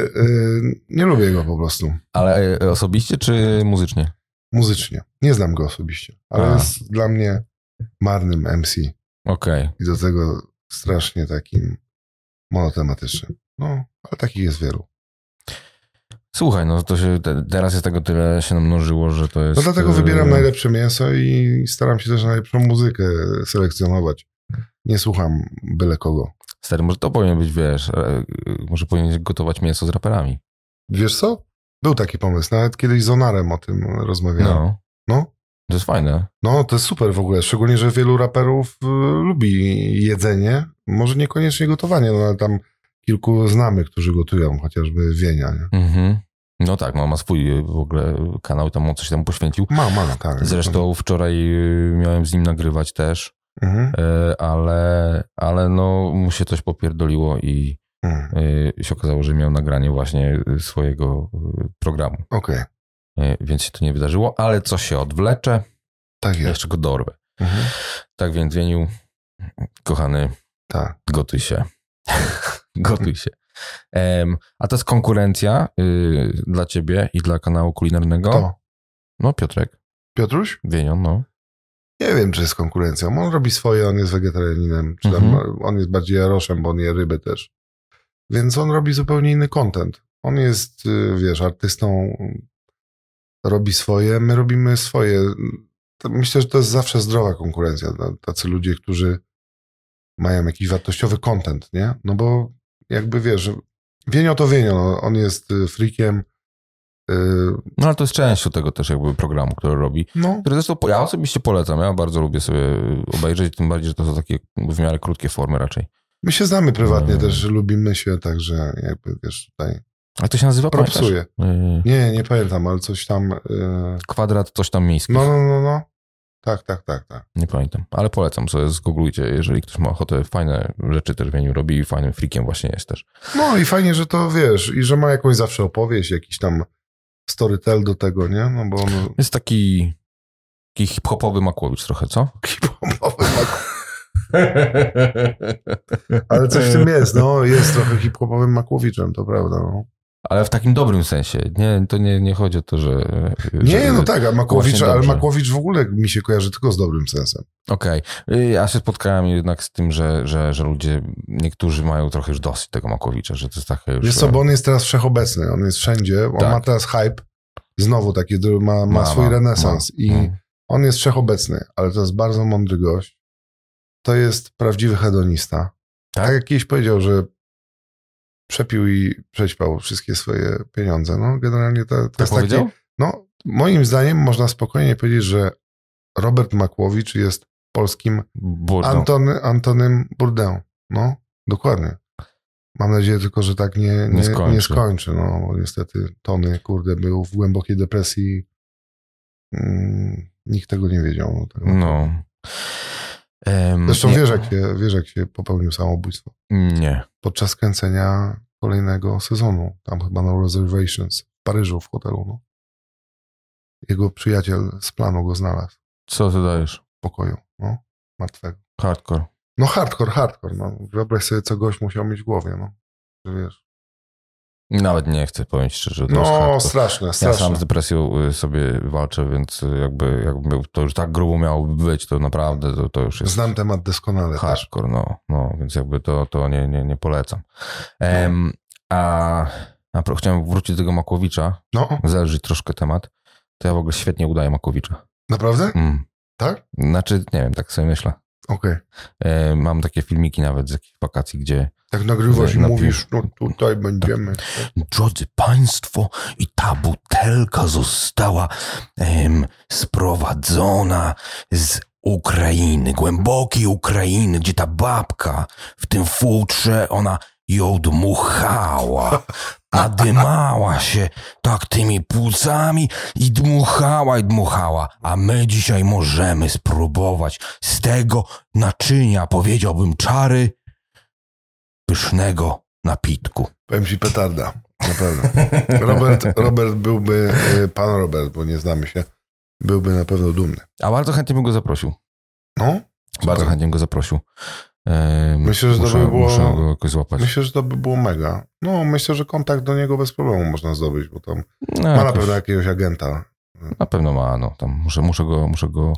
y, nie lubię go po prostu. Ale e, osobiście czy muzycznie? Muzycznie. Nie znam go osobiście, ale A. jest dla mnie marnym M C. Okej. I do tego strasznie takim monotematycznym. No, ale takich jest wielu. Słuchaj, no to się, te, teraz jest tego tyle się namnożyło, że to jest... No dlatego e, wybieram najlepsze mięso i staram się też najlepszą muzykę selekcjonować. Nie słucham byle kogo. Stary, może to powinien być, wiesz, e, może powinien gotować mięso z raperami. Wiesz co? Był taki pomysł. Nawet kiedyś z Onarem o tym rozmawiałem. No. No, No, to jest fajne. no to jest super w ogóle. Szczególnie, że wielu raperów y, lubi jedzenie. Może niekoniecznie gotowanie, no ale tam kilku znamy, którzy gotują, chociażby Wienia. Nie? Mhm. No tak, no ma swój w ogóle kanał, tam on coś tam poświęcił. Ma, ma, tak. Zresztą wczoraj y, miałem z nim nagrywać też, Mhm. y, ale, ale no mu się coś popierdoliło i Mhm. y, się okazało, że miał nagranie właśnie swojego y, programu. Okej, Y, Więc się to nie wydarzyło, ale coś się odwlecze, tak jest. jeszcze go dorwę. Mhm. Tak więc, Wieniu, kochany, Tak. gotuj się. Gotuj się. Em, a to jest konkurencja y, dla ciebie i dla kanału kulinarnego. Kto? No, Piotrek, Piotruś? Wienion, no. Nie wiem, czy jest konkurencją. On robi swoje, on jest wegetarianinem, czy tam Mhm. on jest bardziej jaroszem, bo on je ryby też. Więc on robi zupełnie inny content. On jest, y, wiesz, artystą, robi swoje, my robimy swoje. To myślę, że to jest zawsze zdrowa konkurencja. No, tacy ludzie, którzy mają jakiś wartościowy content, nie? No bo jakby wiesz, Wienio to Wienio, no, on jest y, freakiem. y, No, ale to jest częścią tego też jakby programu, który robi. No, Który zresztą po- ja osobiście polecam. Ja bardzo lubię sobie obejrzeć, tym bardziej, że to są takie w miarę krótkie formy raczej. my się znamy prywatnie No. też, że lubimy się, także jakby, wiesz, tutaj Ale to się nazywa, pamiętasz? propsuje. Y, Nie, nie pamiętam, ale coś tam... Yy... Kwadrat coś tam miejski. No, no, no, no. Tak, tak, tak, tak. Nie pamiętam, ale polecam sobie, zgooglujcie, jeżeli ktoś ma ochotę. Fajne rzeczy też Wieniu robi i fajnym freakiem właśnie jest też. No i fajnie, że to wiesz, i że ma jakąś zawsze opowieść, jakiś tam storytell do tego, nie? No bo on... Jest taki, taki hip-hopowy Makłowicz trochę, co? hip-hopowy mak- Ale coś w tym jest, no. Jest trochę hip-hopowym Makłowiczem, to prawda, no. Ale w takim dobrym sensie. Nie, to nie, nie chodzi o to, że... Nie, że no tak, a Makłowicz, ale dobrze. Makłowicz w ogóle mi się kojarzy tylko z dobrym sensem. Okej. Okay. Ja się spotkałem jednak z tym, że, że, że ludzie, niektórzy mają trochę już dosyć tego Makłowicza, że to jest takie już... Wiesz co, bo on jest teraz wszechobecny, on jest wszędzie, on tak. ma teraz hype, znowu taki, ma, ma, ma swój ma, renesans ma. i hmm. on jest wszechobecny, ale to jest bardzo mądry gość. To jest prawdziwy hedonista. Tak, tak jak kiedyś powiedział, że przepił i przećpał wszystkie swoje pieniądze. No generalnie to, to tak jest powiedział? taki... No, moim zdaniem można spokojnie powiedzieć, że Robert Makłowicz jest polskim Antony, Antonym Bourdain. No, dokładnie. Mam nadzieję tylko, że tak nie, nie, nie skończy. Nie skończy. No, bo niestety Tony, kurde, był w głębokiej depresji. Mm, nikt tego nie wiedział. Tak no. Um, Zresztą wiesz jak, się, wiesz, jak się popełnił samobójstwo? Nie. Podczas kręcenia kolejnego sezonu. Tam chyba na Reservations w Paryżu w hotelu. No. Jego przyjaciel z planu go znalazł. Co ty dajesz? W pokoju, no. Martwego. Hardcore. No hardcore, hardcore. No. Wyobraź sobie, co gość musiał mieć w głowie, no. Że wiesz. Nawet nie chcę, powiem szczerze. To no jest straszne, straszne. Ja sam z depresją sobie walczę, więc jakby, jakby to już tak grubo miało być, to naprawdę to, to już jest... Znam temat doskonale. Hardcore, no, no, więc jakby to, to nie, nie, nie polecam. Um, a, a chciałem wrócić do tego Makłowicza, no. Zelżyć troszkę temat. To ja w ogóle świetnie udaję Makłowicza. Naprawdę? Mm. Tak? Znaczy, nie wiem, tak sobie myślę. Okej. Okay. E, mam takie filmiki nawet z jakichś wakacji, gdzie... Tak nagrywasz i mówisz, no tutaj będziemy. Tak. Drodzy Państwo, i ta butelka została em, sprowadzona z Ukrainy, głębokiej Ukrainy, gdzie ta babka w tym futrze, ona ją dmuchała, nadymała się tak tymi płucami i dmuchała i dmuchała, a my dzisiaj możemy spróbować z tego naczynia, powiedziałbym czary, pysznego napitku. Powiem ci petarda, naprawdę. Robert, Robert byłby, pan Robert, bo nie znamy się, byłby na pewno dumny. A bardzo chętnie bym go zaprosił. No? Bardzo chętnie go zaprosił. Ehm, myślę, że muszę, to by było, muszę go jakoś złapać. Myślę, że to by było mega. No, myślę, że kontakt do niego bez problemu można zdobyć, bo tam no, ma jakoś, na pewno jakiegoś agenta. Na pewno ma, no. Tam muszę, muszę go, muszę go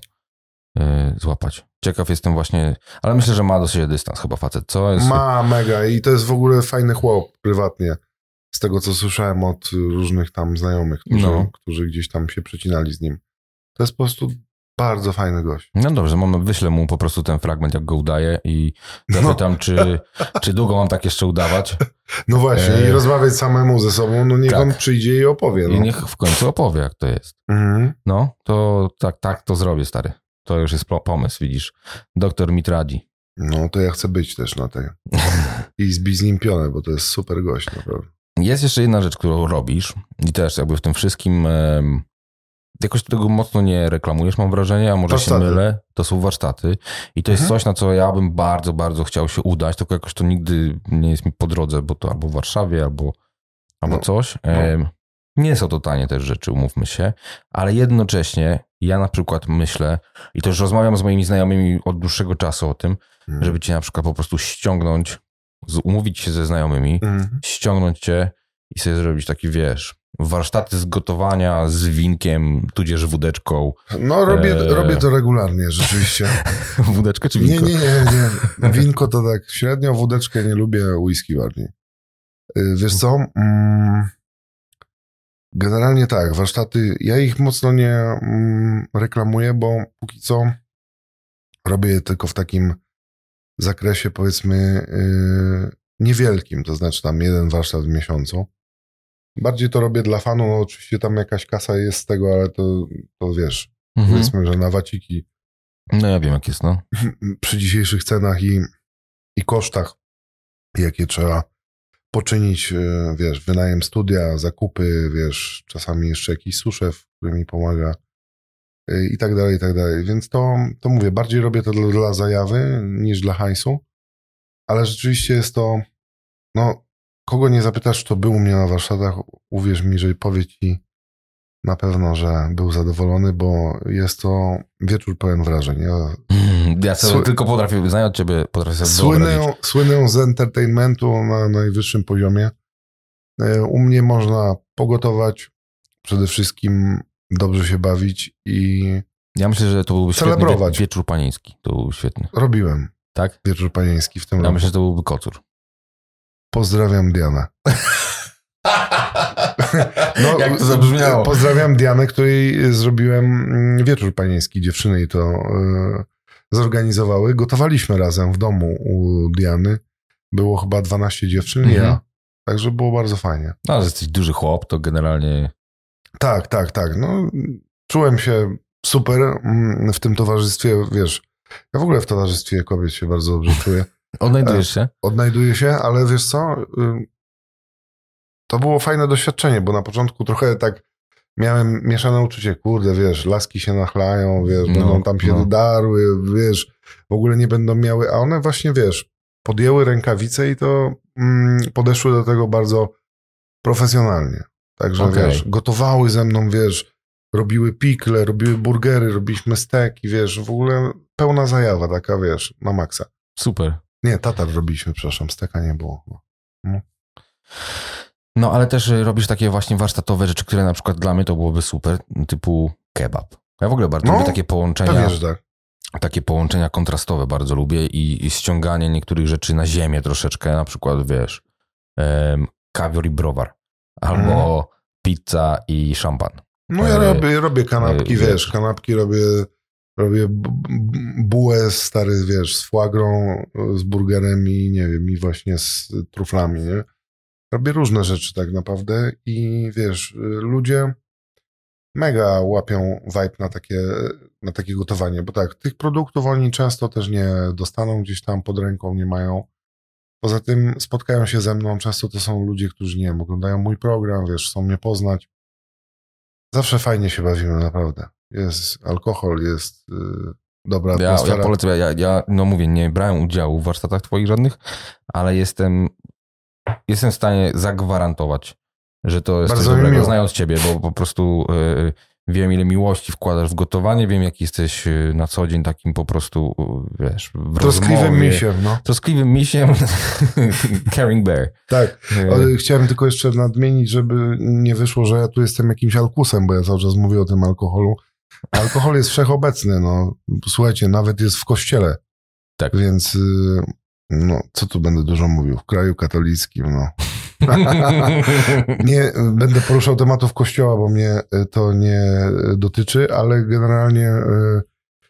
e, złapać. Ciekaw jestem właśnie, ale myślę, że ma dosyć dystans chyba facet, co? Jest... Ma, mega i to jest w ogóle fajny chłop prywatnie. Z tego, co słyszałem od różnych tam znajomych, którzy, no. którzy gdzieś tam się przecinali z nim. To jest po prostu bardzo fajny gość. No dobrze, mam, wyślę mu po prostu ten fragment, jak go udaję i zapytam, no. czy, czy długo mam tak jeszcze udawać. No właśnie, e... i rozmawiać samemu ze sobą, no niech tak. on przyjdzie i opowie. No. I niech w końcu opowie, jak to jest. Mhm. No, to tak, tak to zrobię, stary. To już jest pomysł, widzisz. Doktor Mitradi. No, to ja chcę być też na tej. I zbić z nim pionę, bo to jest super gość, naprawdę. Jest jeszcze jedna rzecz, którą robisz i też jakby w tym wszystkim um, jakoś tego mocno nie reklamujesz, mam wrażenie, a może warsztaty. się mylę. To są warsztaty i to jest mhm. coś, na co ja bym bardzo, bardzo chciał się udać, tylko jakoś to nigdy nie jest mi po drodze, bo to albo w Warszawie, albo, albo no. coś. Um, no. Nie są to tanie też rzeczy, umówmy się, ale jednocześnie ja na przykład myślę, i to już rozmawiam z moimi znajomymi od dłuższego czasu o tym, mm. żeby cię na przykład po prostu ściągnąć, umówić się ze znajomymi, mm. ściągnąć cię i sobie zrobić taki, wiesz, warsztaty z gotowania z winkiem, tudzież wódeczką. No robię, e... robię to regularnie, rzeczywiście. Wódeczkę czy winko? Nie, nie, nie, nie. Winko to tak średnio, wódeczkę nie lubię, whisky bardziej. Wiesz co? Mm... Generalnie tak, warsztaty, ja ich mocno nie mm, reklamuję, bo póki co robię je tylko w takim zakresie, powiedzmy, yy, niewielkim, to znaczy tam jeden warsztat w miesiącu. Bardziej to robię dla fanu, no oczywiście tam jakaś kasa jest z tego, ale to, to wiesz, mhm. powiedzmy, że na waciki. No ja wiem jak jest, no. Przy dzisiejszych cenach i, i kosztach, jakie trzeba poczynić, wiesz, wynajem studia, zakupy, wiesz, czasami jeszcze jakiś suszew, który mi pomaga i tak dalej, i tak dalej. Więc to, to mówię, bardziej robię to dla, dla zajawy niż dla hajsu, ale rzeczywiście jest to, no, kogo nie zapytasz, kto był u mnie na warsztatach, uwierz mi, że powie ci na pewno, że był zadowolony, bo jest to wieczór pełen wrażeń. Ja, ja sobie Sły... tylko potrafię, znając ciebie, potrafię sobie słynę, słynę z entertainmentu na najwyższym poziomie. U mnie można pogotować, przede wszystkim dobrze się bawić i Ja myślę, że to byłby celebrować. Świetny wieczór panieński. To był świetny. Robiłem. Tak? Wieczór panieński w tym ja roku. myślę, że to byłby kocur. Pozdrawiam Dianę. No, jak to zabrzmiało? Pozdrawiam Dianę, której zrobiłem wieczór panieński. Dziewczyny jej to y, zorganizowały. Gotowaliśmy razem w domu u Diany. Było chyba dwanaście dziewczyn i mhm. ja. Także było bardzo fajnie. No, że jesteś duży chłop, to generalnie... Tak, tak, tak. No, czułem się super w tym towarzystwie, wiesz, ja w ogóle w towarzystwie kobiet się bardzo dobrze czuję. Odnajdujesz się? Odnajduję się, ale wiesz co, to było fajne doświadczenie, bo na początku trochę tak miałem mieszane uczucie, kurde, wiesz, laski się nachlają, wiesz, no, będą tam się no. dodarły, wiesz, w ogóle nie będą miały, a one właśnie, wiesz, podjęły rękawice i to mm, podeszły do tego bardzo profesjonalnie. Także, okay. wiesz, gotowały ze mną, wiesz, robiły pikle, robiły burgery, robiliśmy steki, wiesz, w ogóle pełna zajawa taka, wiesz, na maksa. Super. Nie, tatar robiliśmy, przepraszam, steka nie było. No. no, ale też robisz takie właśnie warsztatowe rzeczy, które na przykład dla mnie to byłoby super, typu kebab. Ja w ogóle bardzo no, lubię takie połączenia. Pewnie, że tak. Takie połączenia kontrastowe bardzo lubię i, i ściąganie niektórych rzeczy na ziemię troszeczkę, na przykład, wiesz, um, kawior i browar, albo mm. pizza i szampan. No ja robię, robię kanapki, e, wiesz, wiesz, kanapki robię, robię bułę stary, wiesz, z foie gras, z burgerem i nie wiem, i właśnie z truflami, nie? Robię różne rzeczy tak naprawdę i wiesz, ludzie mega łapią vibe na takie, na takie gotowanie, bo tak, tych produktów oni często też nie dostaną gdzieś tam pod ręką, nie mają. Poza tym spotkają się ze mną, często to są ludzie, którzy, nie wiem, oglądają mój program, wiesz, chcą mnie poznać. Zawsze fajnie się bawimy, naprawdę. Jest alkohol, jest yy, dobra atmosfera. Ja, ja polecam, ja, ja, no mówię, nie brałem udziału w warsztatach twoich żadnych, ale jestem, jestem w stanie zagwarantować, że to jest bardzo coś dobrego, miło. Znając ciebie, bo po prostu yy, wiem, ile miłości wkładasz w gotowanie, wiem, jak jesteś na co dzień takim po prostu, wiesz, w troskliwym rozmowie. misiem, no. Troskliwym misiem, caring bear. Tak, ale chciałem tylko jeszcze nadmienić, żeby nie wyszło, że ja tu jestem jakimś alkusem, bo ja cały czas mówię o tym alkoholu. Alkohol jest wszechobecny, no. Słuchajcie, nawet jest w kościele. Tak. Więc, no, co tu będę dużo mówił? W kraju katolickim, no. Nie będę poruszał tematów kościoła, bo mnie to nie dotyczy, ale generalnie y,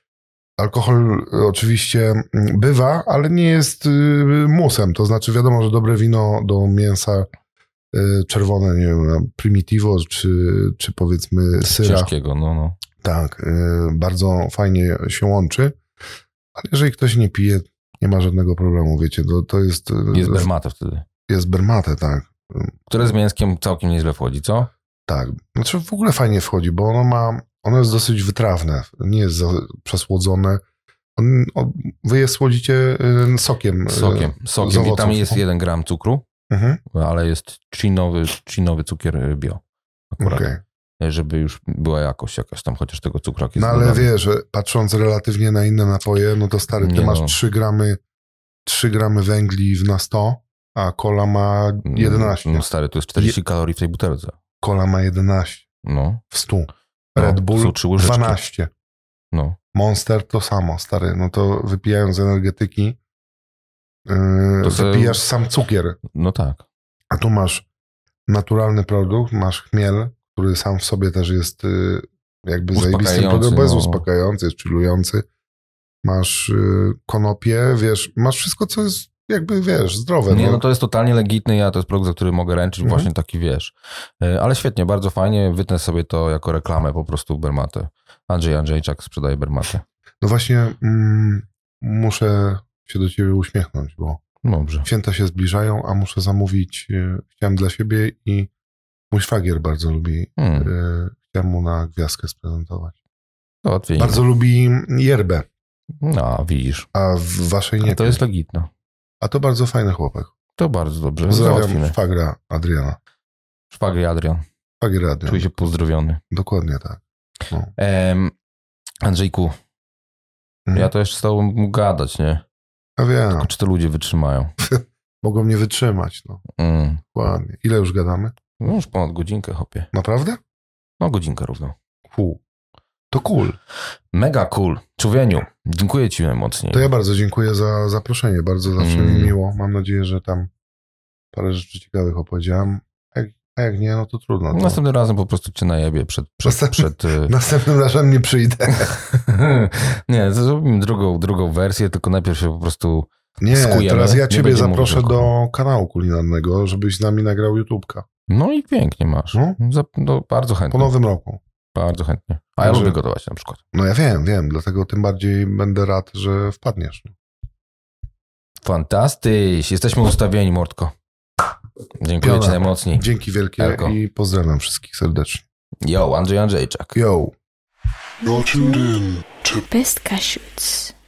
alkohol oczywiście bywa, ale nie jest y, musem. To znaczy wiadomo, że dobre wino do mięsa y, czerwone, nie wiem, primitivo, czy, czy powiedzmy syra. Ciężkiego, no, no. Tak, y, bardzo fajnie się łączy, ale jeżeli ktoś nie pije, nie ma żadnego problemu, wiecie, to, to jest... Jest bermate wtedy. Jest bermate, tak. Które z mięskiem całkiem nieźle wchodzi, co? Tak. Znaczy w ogóle fajnie wchodzi, bo ono ma, ono jest dosyć wytrawne, nie jest za, przesłodzone. On, on, wy je słodzicie sokiem. Sokiem, sokiem. I tam jest jeden gram cukru, mhm. ale jest chinowy, chinowy cukier bio. Akurat. Okay. Żeby już była jakość jakaś tam, chociaż tego cukru jest. No ale dodany. Wiesz, patrząc relatywnie na inne napoje, no to stary, ty nie masz no. trzy gramy, trzy gramy węgli na sto, a cola ma jedenaście. No stary, to jest czterdzieści Je... kalorii w tej butelce. Cola ma jedenaście. No. W stu. Red no, Bull dwanaście. No. Monster to samo, stary. No to wypijając energetyki, yy, to wypijasz se... sam cukier. No tak. A tu masz naturalny produkt, masz chmiel, który sam w sobie też jest yy, jakby zajebistym produktem, bez no. uspokajający, jest chillujący. Masz yy, konopie, wiesz, masz wszystko, co jest jakby, wiesz, zdrowe. Nie, no. no to jest totalnie legitny, ja to jest produkt, za który mogę ręczyć, mhm. właśnie taki, wiesz. Ale świetnie, bardzo fajnie, wytnę sobie to jako reklamę po prostu Bermatę. Andrzej Andrzejczak sprzedaje Bermatę. No właśnie mm, muszę się do ciebie uśmiechnąć, bo Dobrze. Święta się zbliżają, a muszę zamówić, y, chciałem dla siebie i mój szwagier bardzo lubi, hmm. y, chciałem mu na gwiazdkę sprezentować. To bardzo lubi yerbę. No, widzisz. A w waszej nie. To jest legitne. A to bardzo fajny chłopak. To bardzo dobrze. Pozdrawiam szwagra Adriana. Szwagier Adrian. Szwagier Adrian. Czuję się pozdrowiony. Dokładnie tak. No. Ehm, Andrzejku, mhm. ja to jeszcze z tobą mógł gadać, nie? A wiem. Tylko czy to ludzie wytrzymają? mogą nie wytrzymać. No. Mm. Dokładnie. Ile już gadamy? No już ponad godzinkę, hopie. Naprawdę? No godzinkę równo. Cool. To cool. Mega cool. Człowieniu, dziękuję ci najmocniej. To ja bardzo dziękuję za zaproszenie. Bardzo zawsze Mm. mi miło. Mam nadzieję, że tam parę rzeczy ciekawych opowiedziałem. A jak, a jak nie, no to trudno. To... Następnym razem po prostu cię najebie przed... przed, Następnym, przed następnym razem nie przyjdę. Nie, zrobimy drugą, drugą wersję, tylko najpierw się po prostu Nie, skujemy. teraz ja Nie ciebie będziemy zaproszę mówić o do kanału kulinarnego, żebyś z nami nagrał YouTubka. No i pięknie masz. No. Za, no, bardzo Po chętnie. nowym roku. Bardzo chętnie. A ja Także- lubię gotować na przykład. No ja wiem, wiem, dlatego tym bardziej będę rad, że wpadniesz. Fantastyś. Jesteśmy ustawieni, Mordko. Dziękuję Piona. ci najmocniej. Dzięki wielkie Elko. i pozdrawiam wszystkich serdecznie. Yo, Andrzej Andrzejczak. Yo! You're tuned in to Best Cashews.